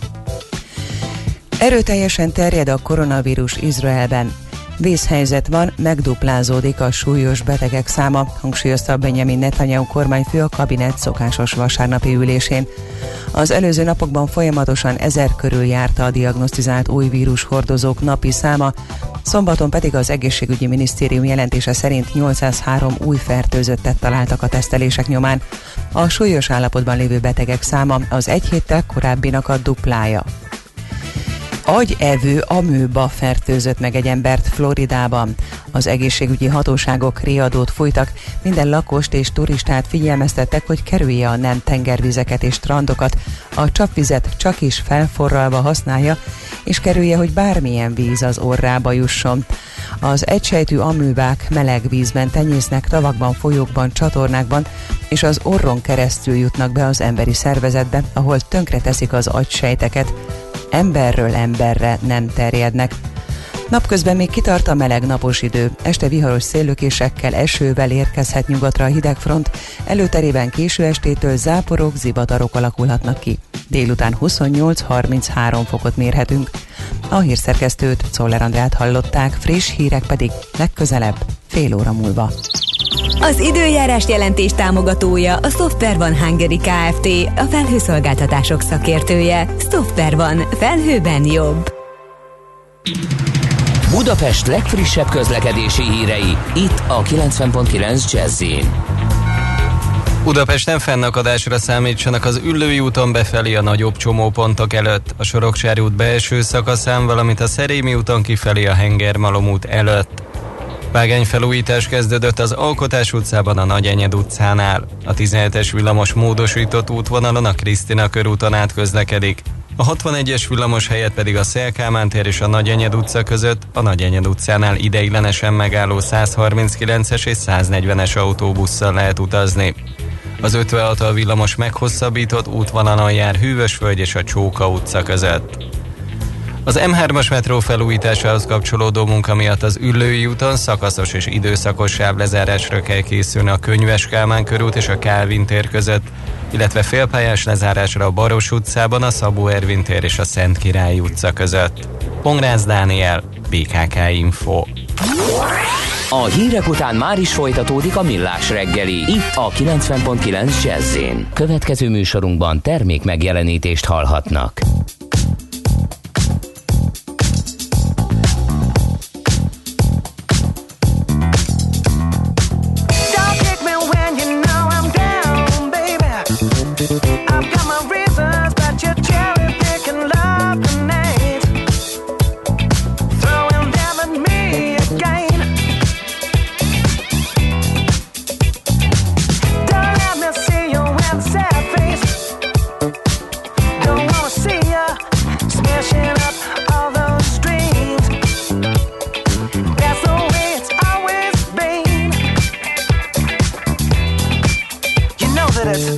Erőteljesen terjed a koronavírus Izraelben. Vészhelyzet van, megduplázódik a súlyos betegek száma, hangsúlyozta Benjamin Netanyahu kormányfő a kabinet szokásos vasárnapi ülésén. Az előző napokban folyamatosan 1000 körül járta a diagnosztizált új vírushordozók napi száma, szombaton pedig az egészségügyi minisztérium jelentése szerint 803 új fertőzöttet találtak a tesztelések nyomán. A súlyos állapotban lévő betegek száma az egy héttel korábbinak a duplája. Agyevő amőba fertőzött meg egy embert Floridában. Az egészségügyi hatóságok riadót fújtak, minden lakost és turistát figyelmeztettek, hogy kerülje a nem tengervizeket és strandokat, a csapvizet csak is felforralva használja, és kerülje, hogy bármilyen víz az orrába jusson. Az egysejtű amőbák meleg vízben tenyésznek, tavakban, folyókban, csatornákban, és az orron keresztül jutnak be az emberi szervezetbe, ahol tönkreteszik az agysejteket. Emberről emberre nem terjednek. Napközben még kitart a meleg napos idő, este viharos széllökésekkel, esővel érkezhet nyugatra a hidegfront, előterében késő estétől záporok, zivatarok alakulhatnak ki. Délután 28-33 fokot mérhetünk. A hírszerkesztőt, Czoller Andrát hallották, friss hírek pedig legközelebb, fél óra múlva. Az időjárás jelentés támogatója a Software One Hungary Kft., a felhőszolgáltatások szakértője. Software One. Felhőben jobb. Budapest legfrissebb közlekedési hírei, itt a 90.9 Jazz-in. Budapesten fennakadásra számítsanak az Üllői úton befelé a nagyobb csomópontok előtt, a Soroksári út belső szakaszán, valamint a Szerémi úton kifelé a Hengermalom út előtt. Vágányfelújítás kezdődött az Alkotás utcában a Nagyenyed utcánál. A 17-es villamos módosított útvonalon a Krisztina körúton át közlekedik. A 61-es villamos helyett pedig a Széll Kálmán tér és a Nagyenyed utca között a Nagyenyed utcánál ideiglenesen megálló 139-es és 140-es autóbusszal lehet utazni. Az 56 villamos meghosszabbított útvonalon jár Hűvösvölgy és a Csóka utca között. Az M3-as metró felújításához kapcsolódó munka miatt az Üllői úton szakaszos és időszakos sávlezárásra kell készülni a Könyves Kálmán körút és a Kálvin tér között, illetve félpályás lezárásra a Baros utcában, a Szabó Ervin tér és a Szent Király utca között. Pongrácz Dániel, BKK Info. A hírek után már is folytatódik a Millás reggeli, itt a 90.9 Jazz-in. Következő műsorunkban termék megjelenítést hallhatnak. Don't wanna see ya.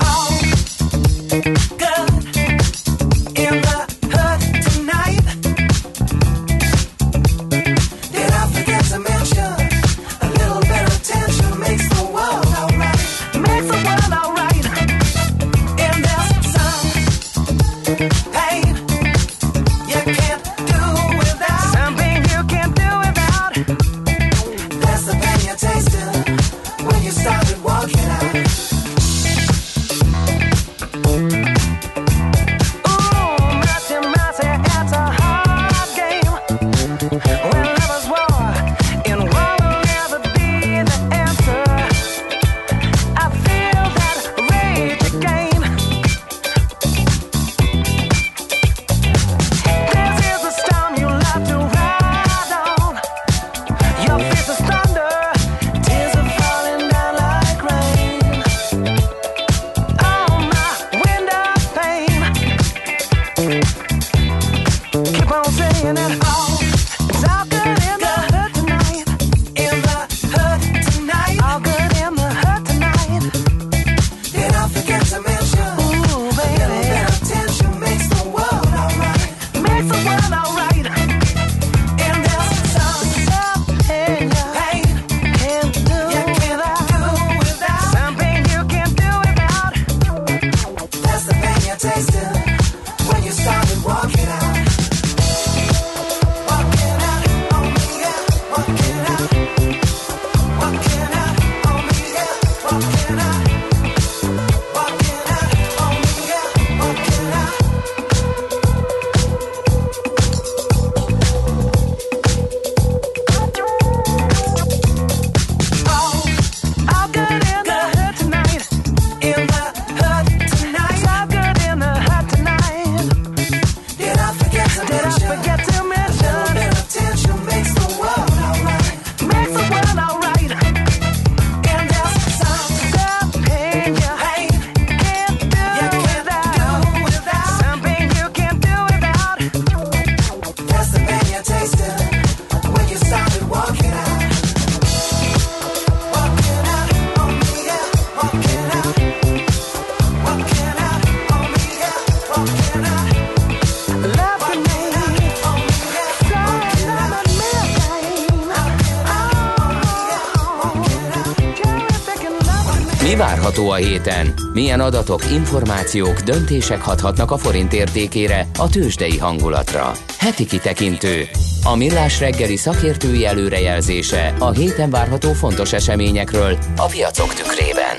Mi várható a héten? Milyen adatok, információk, döntések hathatnak a forint értékére, a tőzsdei hangulatra? Heti kitekintő. A Millás reggeli szakértői előrejelzése a héten várható fontos eseményekről a piacok tükrében.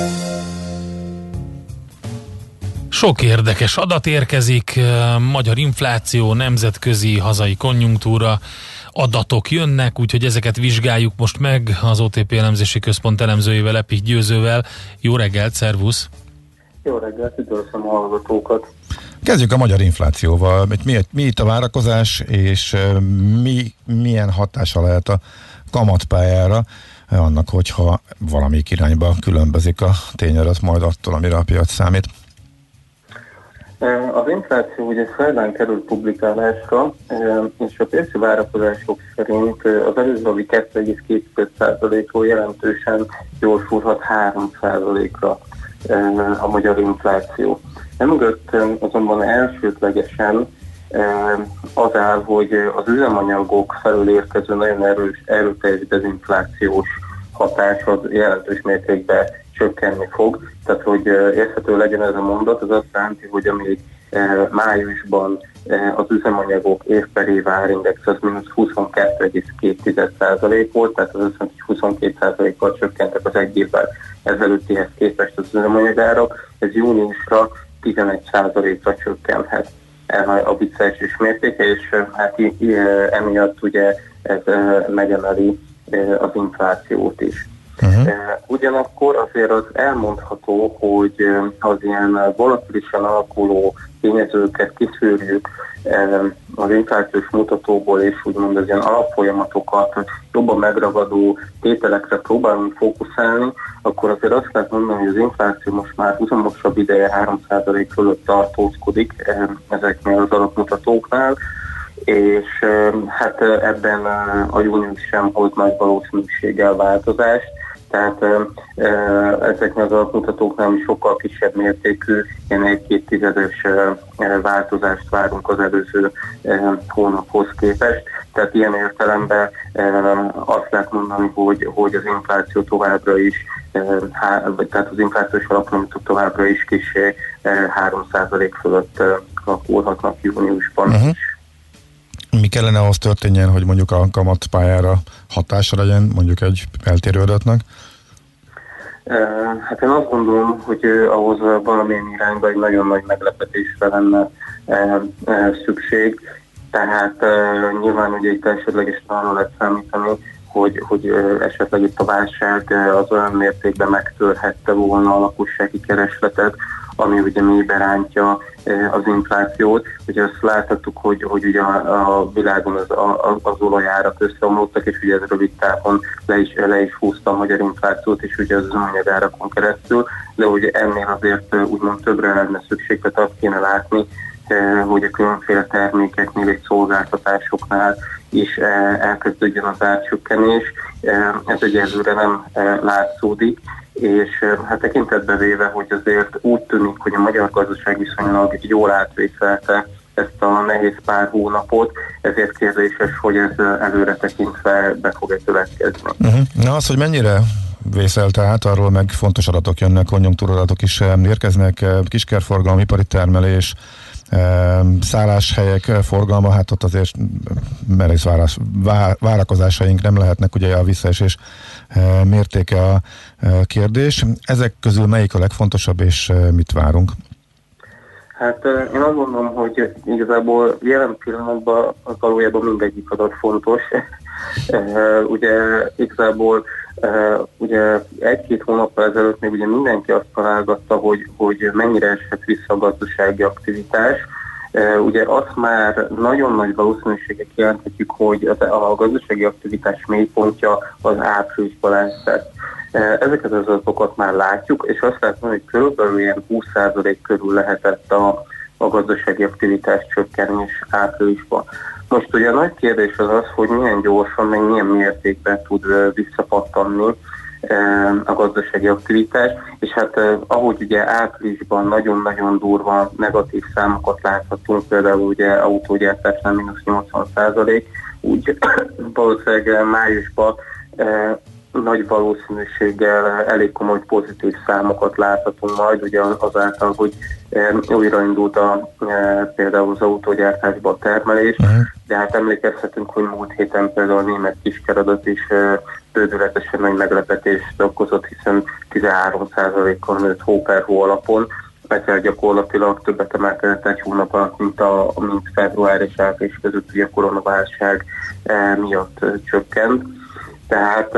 Sok érdekes adat érkezik, magyar infláció, nemzetközi, hazai konjunktúra, adatok jönnek, úgyhogy ezeket vizsgáljuk most meg az OTP elemzési központ elemzőjével, Epik Győzővel. Jó reggelt, szervusz! Jó reggelt, üdvözlöm a hallgatókat! Kezdjük a magyar inflációval. Mi itt a várakozás, és milyen hatása lehet a kamatpályára annak, hogyha valamelyik irányba különbözik a tényadat majd attól, amire a piac számít? Az infláció ugye szerdán került publikálásra, és a piaci várakozások szerint az előző havi 2,2%-ról jelentősen gyorsulhat 3%-ra a magyar infláció. Emögött azonban elsődlegesen az áll, hogy az üzemanyagok felől érkező nagyon erőteljes dezinflációs hatás az jelentős mértékben csökkenni fog. Tehát, hogy érthető legyen ez a mondat, az azt jelenti, hogy amíg májusban az üzemanyagok évperi árindex az -22,2% volt, tehát az azt jelenti, hogy 22%-kal csökkentek az egy évvel ezelőttihez képest az üzemanyagárak, ez júniusra 11%-ra csökkenhet a visszaesés mértéke, és hát emiatt ugye ez megemeli az inflációt is. Ugyanakkor azért az elmondható, hogy az ilyen volatilisan alakuló tényezőket kiszűrjük az inflációs mutatóból, és úgymond az ilyen alapfolyamatokat jobban megragadó tételekre próbálunk fókuszálni, akkor azért azt lehet mondani, hogy az infláció most már huzamosabb ideje 3% fölött tartózkodik ezeknél az alapmutatóknál, és hát ebben a június sem hoz nagy valószínűséggel változást, Tehát ezeknek az alapmutatóknál sokkal kisebb mértékű, ilyen 1-2 változást várunk az előző hónaphoz képest. Tehát ilyen értelemben azt lehet mondani, hogy az infláció továbbra is, tehát az inflációs alapmutatók továbbra is kissé 3% fölött alakulhatnak júniusban. Mi kellene ahhoz történjen, hogy mondjuk a kamatpályára hatása legyen mondjuk egy eltérő adatnak? Hát én azt gondolom, hogy ahhoz valamilyen irányba egy nagyon nagy meglepetésre lenne szükség. Tehát nyilván ugye itt esetlegesen arra lehet számítani, hogy esetleg itt a válság az olyan mértékben megtörhette volna a lakossági keresletet, ami ugye mélybe rántja az inflációt. Ugye azt láthattuk, hogy ugye a világon az olajárak összeomlottak, és ugye ez rövid távon le is húzta a magyar inflációt, és ugye az üzemanyagárakon keresztül, de ugye ennél azért úgymond többre lenne szükség, tehát azt kéne látni, hogy a különféle termékeknél és szolgáltatásoknál is elkezdődjön az árcsökkenés. Ez egyelőre nem látszódik, és hát tekintetbe véve, hogy azért úgy tűnik, hogy a magyar gazdaság viszonylag jól átvészelte ezt a nehéz pár hónapot, ezért kérdéses, hogy ez előre tekintve be fog-e következni. Na az, hogy mennyire vészelte át, arról meg fontos adatok jönnek, konjunktúradatok is érkeznek, kiskerforgalom, ipari termelés, szálláshelyek forgalma, hát ott azért merész várakozásaink nem lehetnek, ugye a visszaesés mértéke a kérdés. Ezek közül melyik a legfontosabb, és mit várunk? Hát én azt gondolom, hogy igazából jelen pillanatban valójában mindegyik adat fontos. Ugye igazából ugye 1-2 hónappal ezelőtt még ugye mindenki azt találgatta, hogy mennyire esett vissza a gazdasági aktivitás. Ugye azt már nagyon nagy valószínűséggel kijelenthetjük, hogy a gazdasági aktivitás mélypontja az áprilisban lesz. Ezeket az adatokat már látjuk, és azt látom, hogy körülbelül ilyen 20% körül lehetett a gazdasági aktivitás csökkenés áprilisban. Most ugye a nagy kérdés az, hogy milyen gyorsan, meg milyen mértékben tud visszapattanni a gazdasági aktivitás, és hát ahogy ugye áprilisban nagyon-nagyon durva negatív számokat láthatunk, például ugye autógyártásnál -80%, úgy valószínűleg májusban nagy valószínűséggel elég komoly pozitív számokat láthatunk majd, ugye azáltal, hogy újraindult például az autógyártásban a termelés, de hát emlékezhetünk, hogy múlt héten például a német kiskeradat is bődületesen nagy meglepetést okozott, hiszen 13%-kal nőtt hó per hó alapon, mert gyakorlatilag többet emelkedett egy hónap alatt, mint február és április között, ugye a koronaválság miatt csökkent. Tehát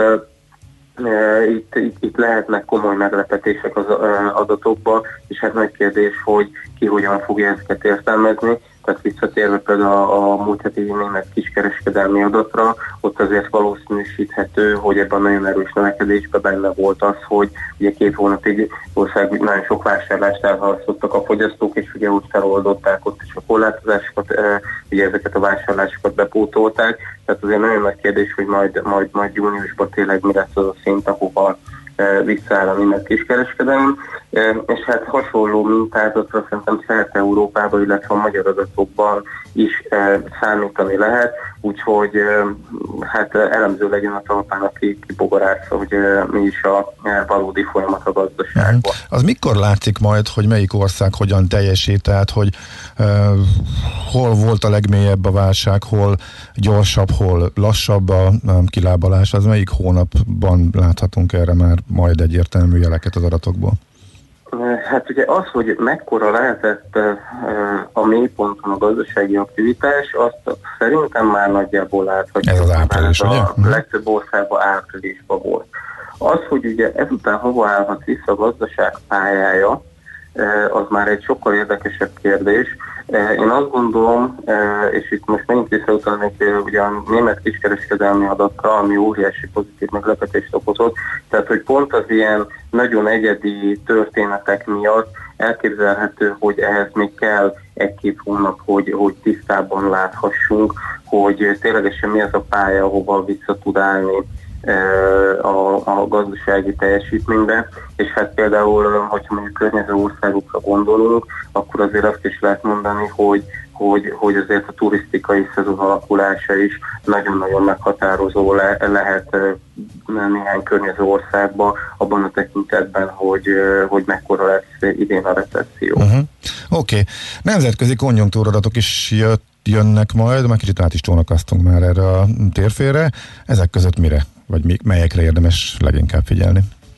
itt lehetnek komoly meglepetések az adatokban, és hát nagy kérdés, hogy ki hogyan fogja ezeket értelmezni. Tehát visszatérve például a múlt heti német kiskereskedelmi adatra, ott azért valószínűsíthető, hogy ebben a nagyon erős növekedésben benne volt az, hogy ugye 2 hónapig ország nagyon sok vásárlást elhalasztottak a fogyasztók, és ugye úgy feloldották ott is a korlátozásokat, ugye ezeket a vásárlásokat bepótolták. Tehát azért nagyon nagy kérdés, hogy majd júniusban tényleg mi lesz az a szint, ahova visszaáll a német kiskereskedelem, és hát hasonló mintázatra szerintem szerte Európában, illetve a magyar adatokban is számítani lehet, úgyhogy hát elemző legyen a talpán, aki kibogarásza, hogy mi is a valódi folyamat a gazdaságban. Az mikor látszik majd, hogy melyik ország hogyan teljesít, tehát hogy hol volt a legmélyebb a válság, hol gyorsabb, hol lassabb a kilábalás, az melyik hónapban láthatunk erre már majd egyértelmű jeleket az adatokból? Hát ugye az, hogy mekkora lehetett a mélyponton a gazdasági aktivitás, azt szerintem már nagyjából láthatjuk. Ez az április, ugye? A legtöbb országban áprilisban volt. Az, hogy ugye ezután hova állhat vissza a gazdaság pályája, az már egy sokkal érdekesebb kérdés. Én azt gondolom, és itt most megint visszautalnék ugye a német kiskereskedelmi adatra, ami óriási pozitív meglepetést okozott, tehát hogy pont az ilyen nagyon egyedi történetek miatt elképzelhető, hogy ehhez még kell 1-2 hónap, hogy tisztában láthassunk, hogy ténylegesen mi az a pálya, ahova vissza tud állni a gazdasági teljesítménybe, és hát például, hogyha mondjuk környező országokra gondolunk, akkor azért azt is lehet mondani, hogy azért a turisztikai szezon alakulása is nagyon-nagyon meghatározó lehet néhány környező országban abban a tekintetben, hogy mekkora lesz idén a recesszió. Oké. Nemzetközi konjunktúradatok is jönnek majd, már kicsit át is csónakáztunk már erre a térfélre. Ezek között mire, vagy melyekre érdemes leginkább figyelni?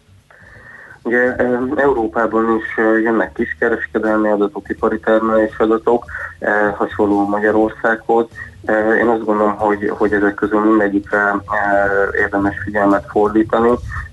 Ugye Európában is jönnek kiskereskedelmi adatok, ipari termelés adatok, hasonló Magyarországhoz. Én azt gondolom, hogy ezek közül mindegyikre érdemes figyelmet fordítani.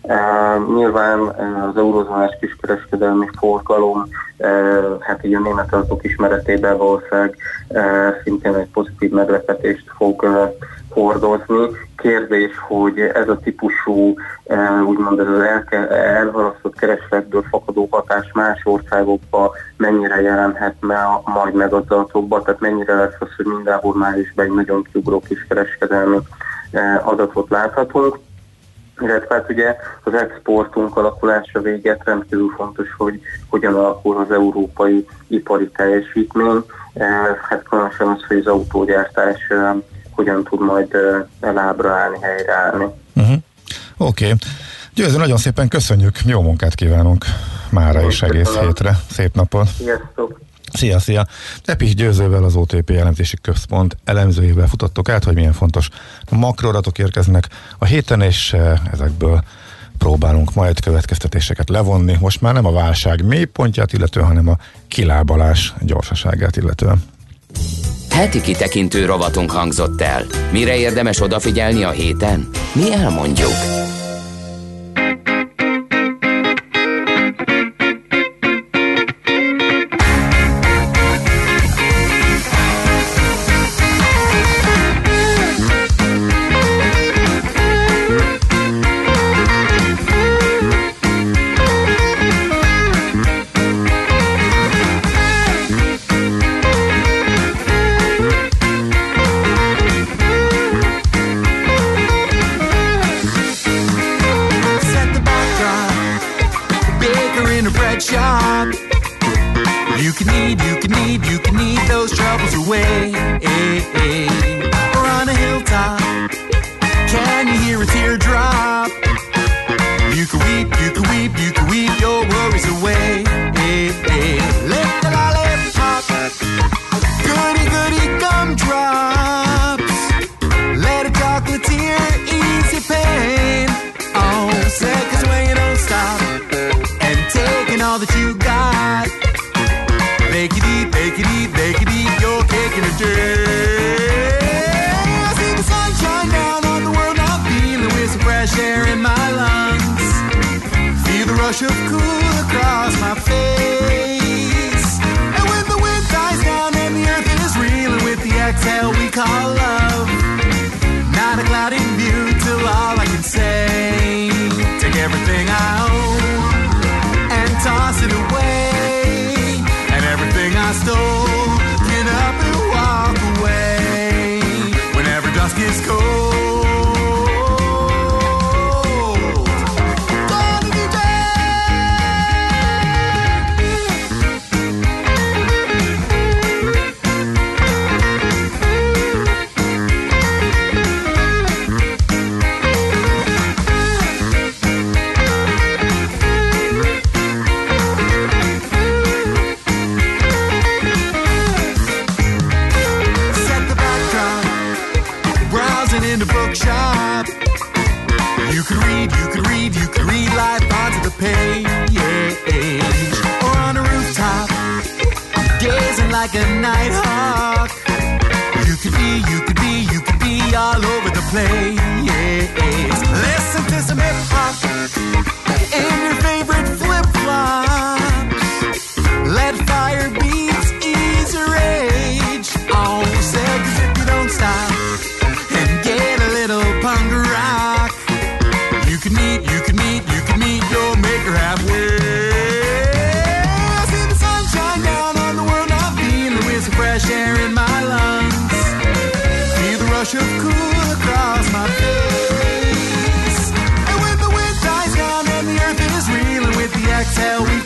Nyilván az eurozónás kiskereskedelmi forgalom, hát így a német adatok ismeretében valószínűleg szintén egy pozitív meglepetést fog hordozni. Kérdés, hogy ez a típusú, úgymond ez az elhalasztott keresletből fakadó hatás más országokban mennyire jelenhet majd meg az adatokban, tehát mennyire lesz az, hogy mindenhol májusban egy nagyon kiugró kiskereskedelmi adatot láthatunk. Illetve hát ugye az exportunk alakulása véget rendkívül fontos, hogy hogyan alakul az európai ipari teljesítmény. Hát különösen az, hogy az autógyártás hogyan tud majd lábra állni, helyreállni. Oké. Győző, nagyon szépen köszönjük, jó munkát kívánunk mára és egész hétre. Szép napot! Sziasztok! Szia! Epich Győzővel, az OTP elemzési központ elemzőjével futottuk át, hogy milyen fontos makroadatok érkeznek a héten, és ezekből próbálunk majd következtetéseket levonni. Most már nem a válság mélypontját illetően, hanem a kilábalás gyorsaságát illetően. Heti kitekintő rovatunk hangzott el. Mire érdemes odafigyelni a héten? Mi elmondjuk. Of cool across my face.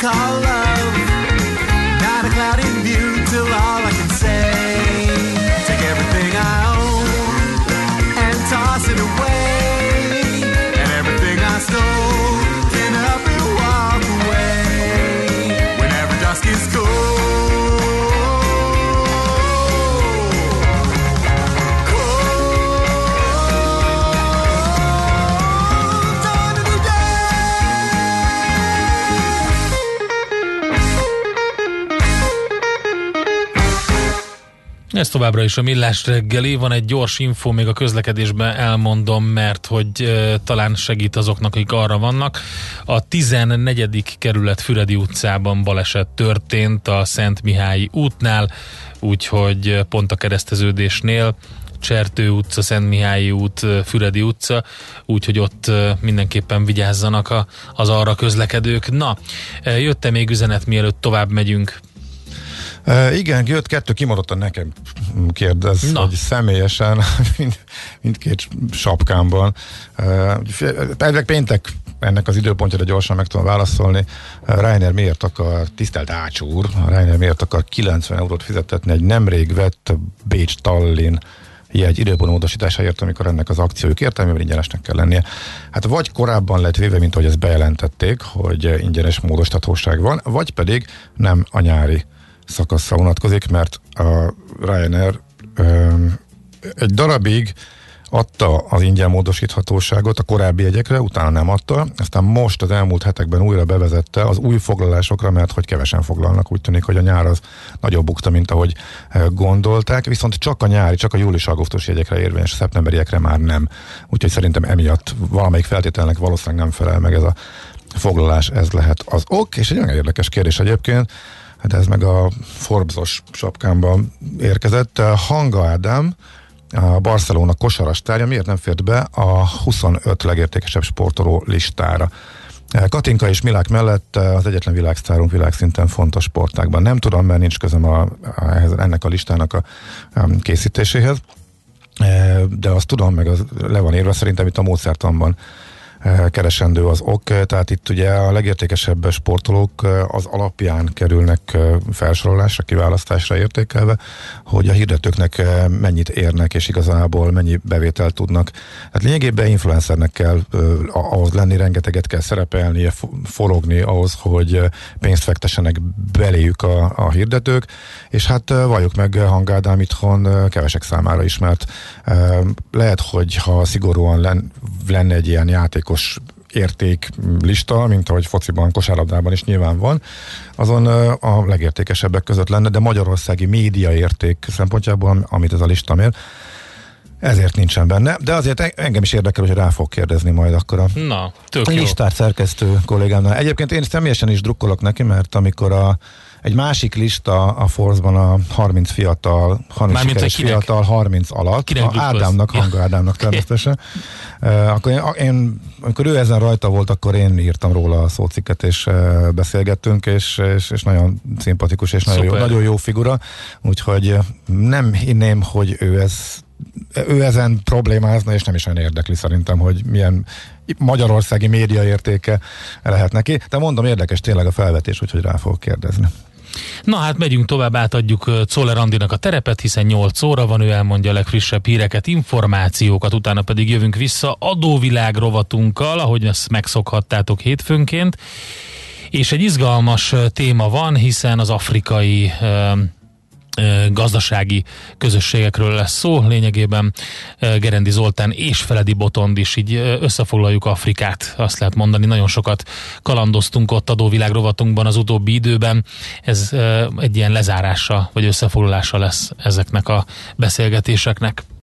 call love. Not a cloudy view till all I can say. Take everything I own and toss it away. And everything I stole, can up and walk away. Whenever dusk is cold. Ez továbbra is a Millás reggeli, van egy gyors info, még a közlekedésben elmondom, mert hogy talán segít azoknak, akik arra vannak. A 14. kerület Füredi utcában baleset történt a Szent Mihályi útnál, úgyhogy pont a kereszteződésnél, Csertő utca, Szent Mihályi út, Füredi utca, úgyhogy ott mindenképpen vigyázzanak az arra közlekedők. Na, jött-e még üzenet, mielőtt tovább megyünk? Igen, jött 2, kimaradtan nekem kérdez, hogy személyesen mindkét sapkámban. Péntek ennek az időpontjára gyorsan meg tudom válaszolni. Reiner miért akar, tisztelt Ács úr, Reiner miért akar 90 eurót fizetetni egy nemrég vett Bécs-Tallinn jegy időpontmódosításáért, amikor ennek az akciójuk értelmében ingyenesnek kell lennie. Hát vagy korábban lett véve, mint ahogy ezt bejelentették, hogy ingyenes módosíthatóság van, vagy pedig nem a nyári szakaszra vonatkozik, mert a Ryanair egy darabig adta az ingyen módosíthatóságot a korábbi jegyekre, utána nem adta, aztán most az elmúlt hetekben újra bevezette az új foglalásokra, mert hogy kevesen foglalnak, úgy tűnik, hogy a nyár az nagyobb bukta, mint ahogy gondolták, viszont csak a nyári, csak a július-augusztus jegyekre érvényes, a szeptemberiekre már nem. Úgyhogy szerintem emiatt valamelyik feltételnek valószínűleg nem felel meg ez a foglalás, ez lehet az ok, és egy olyan érdekes kérdés egyébként, de ez meg a Forbes-os sapkámban érkezett. Hanga Ádám, a Barcelona kosarastárja miért nem fért be a 25 legértékesebb sportoló listára? Katinka és Milák mellett az egyetlen világsztárunk világszinten fontos sportágban. Nem tudom, mert nincs közöm ennek a listának a készítéséhez, de azt tudom, meg az le van írva, szerintem itt a módszertanban keresendő az ok, tehát itt ugye a legértékesebb sportolók az alapján kerülnek felsorolásra, kiválasztásra értékelve, hogy a hirdetőknek mennyit érnek, és igazából mennyi bevételt tudnak. Hát lényegében influencernek kell ahhoz lenni, rengeteget kell szerepelnie, forogni ahhoz, hogy pénzt fektessenek beléjük a hirdetők, és hát valljuk meg, Hanga Ádám itthon kevesek számára ismert. Lehet, hogy ha szigorúan lenne egy ilyen játékos értéklista, mint ahogy fociban, kosárlabdában is nyilván van, azon a legértékesebbek között lenne, de magyarországi média érték szempontjából, amit ez a lista mér, ezért nincsen benne, de azért engem is érdekel, hogy rá fog kérdezni majd akkor a listát szerkesztő kollégámnál. Egyébként én személyesen is drukkolok neki, mert amikor egy másik lista a Force-ban a 30 fiatal, 30 sikeres fiatal, 30 alatt, Ádámnak, Hanga Ádámnak természetesen. Akkor amikor ő ezen rajta volt, akkor én írtam róla a szócikket, és beszélgettünk, és nagyon szimpatikus, és nagyon jó figura, úgyhogy nem hinném, hogy ő ezen problémázna, és nem is olyan érdekli szerintem, hogy milyen magyarországi média értéke lehet neki. De mondom, érdekes tényleg a felvetés, úgyhogy rá fogok kérdezni. Na hát megyünk tovább, átadjuk Czoller Andinak a terepet, hiszen 8 óra van, ő elmondja a legfrissebb híreket, információkat, utána pedig jövünk vissza adóvilág rovatunkkal, ahogy ezt megszokhattátok hétfőnként, és egy izgalmas téma van, hiszen az afrikai gazdasági közösségekről lesz szó, lényegében Gerendi Zoltán és Feledi Botond is, így összefoglaljuk Afrikát, azt lehet mondani, nagyon sokat kalandoztunk ott adóvilág rovatunkban az utóbbi időben, ez egy ilyen lezárása vagy összefoglalása lesz ezeknek a beszélgetéseknek.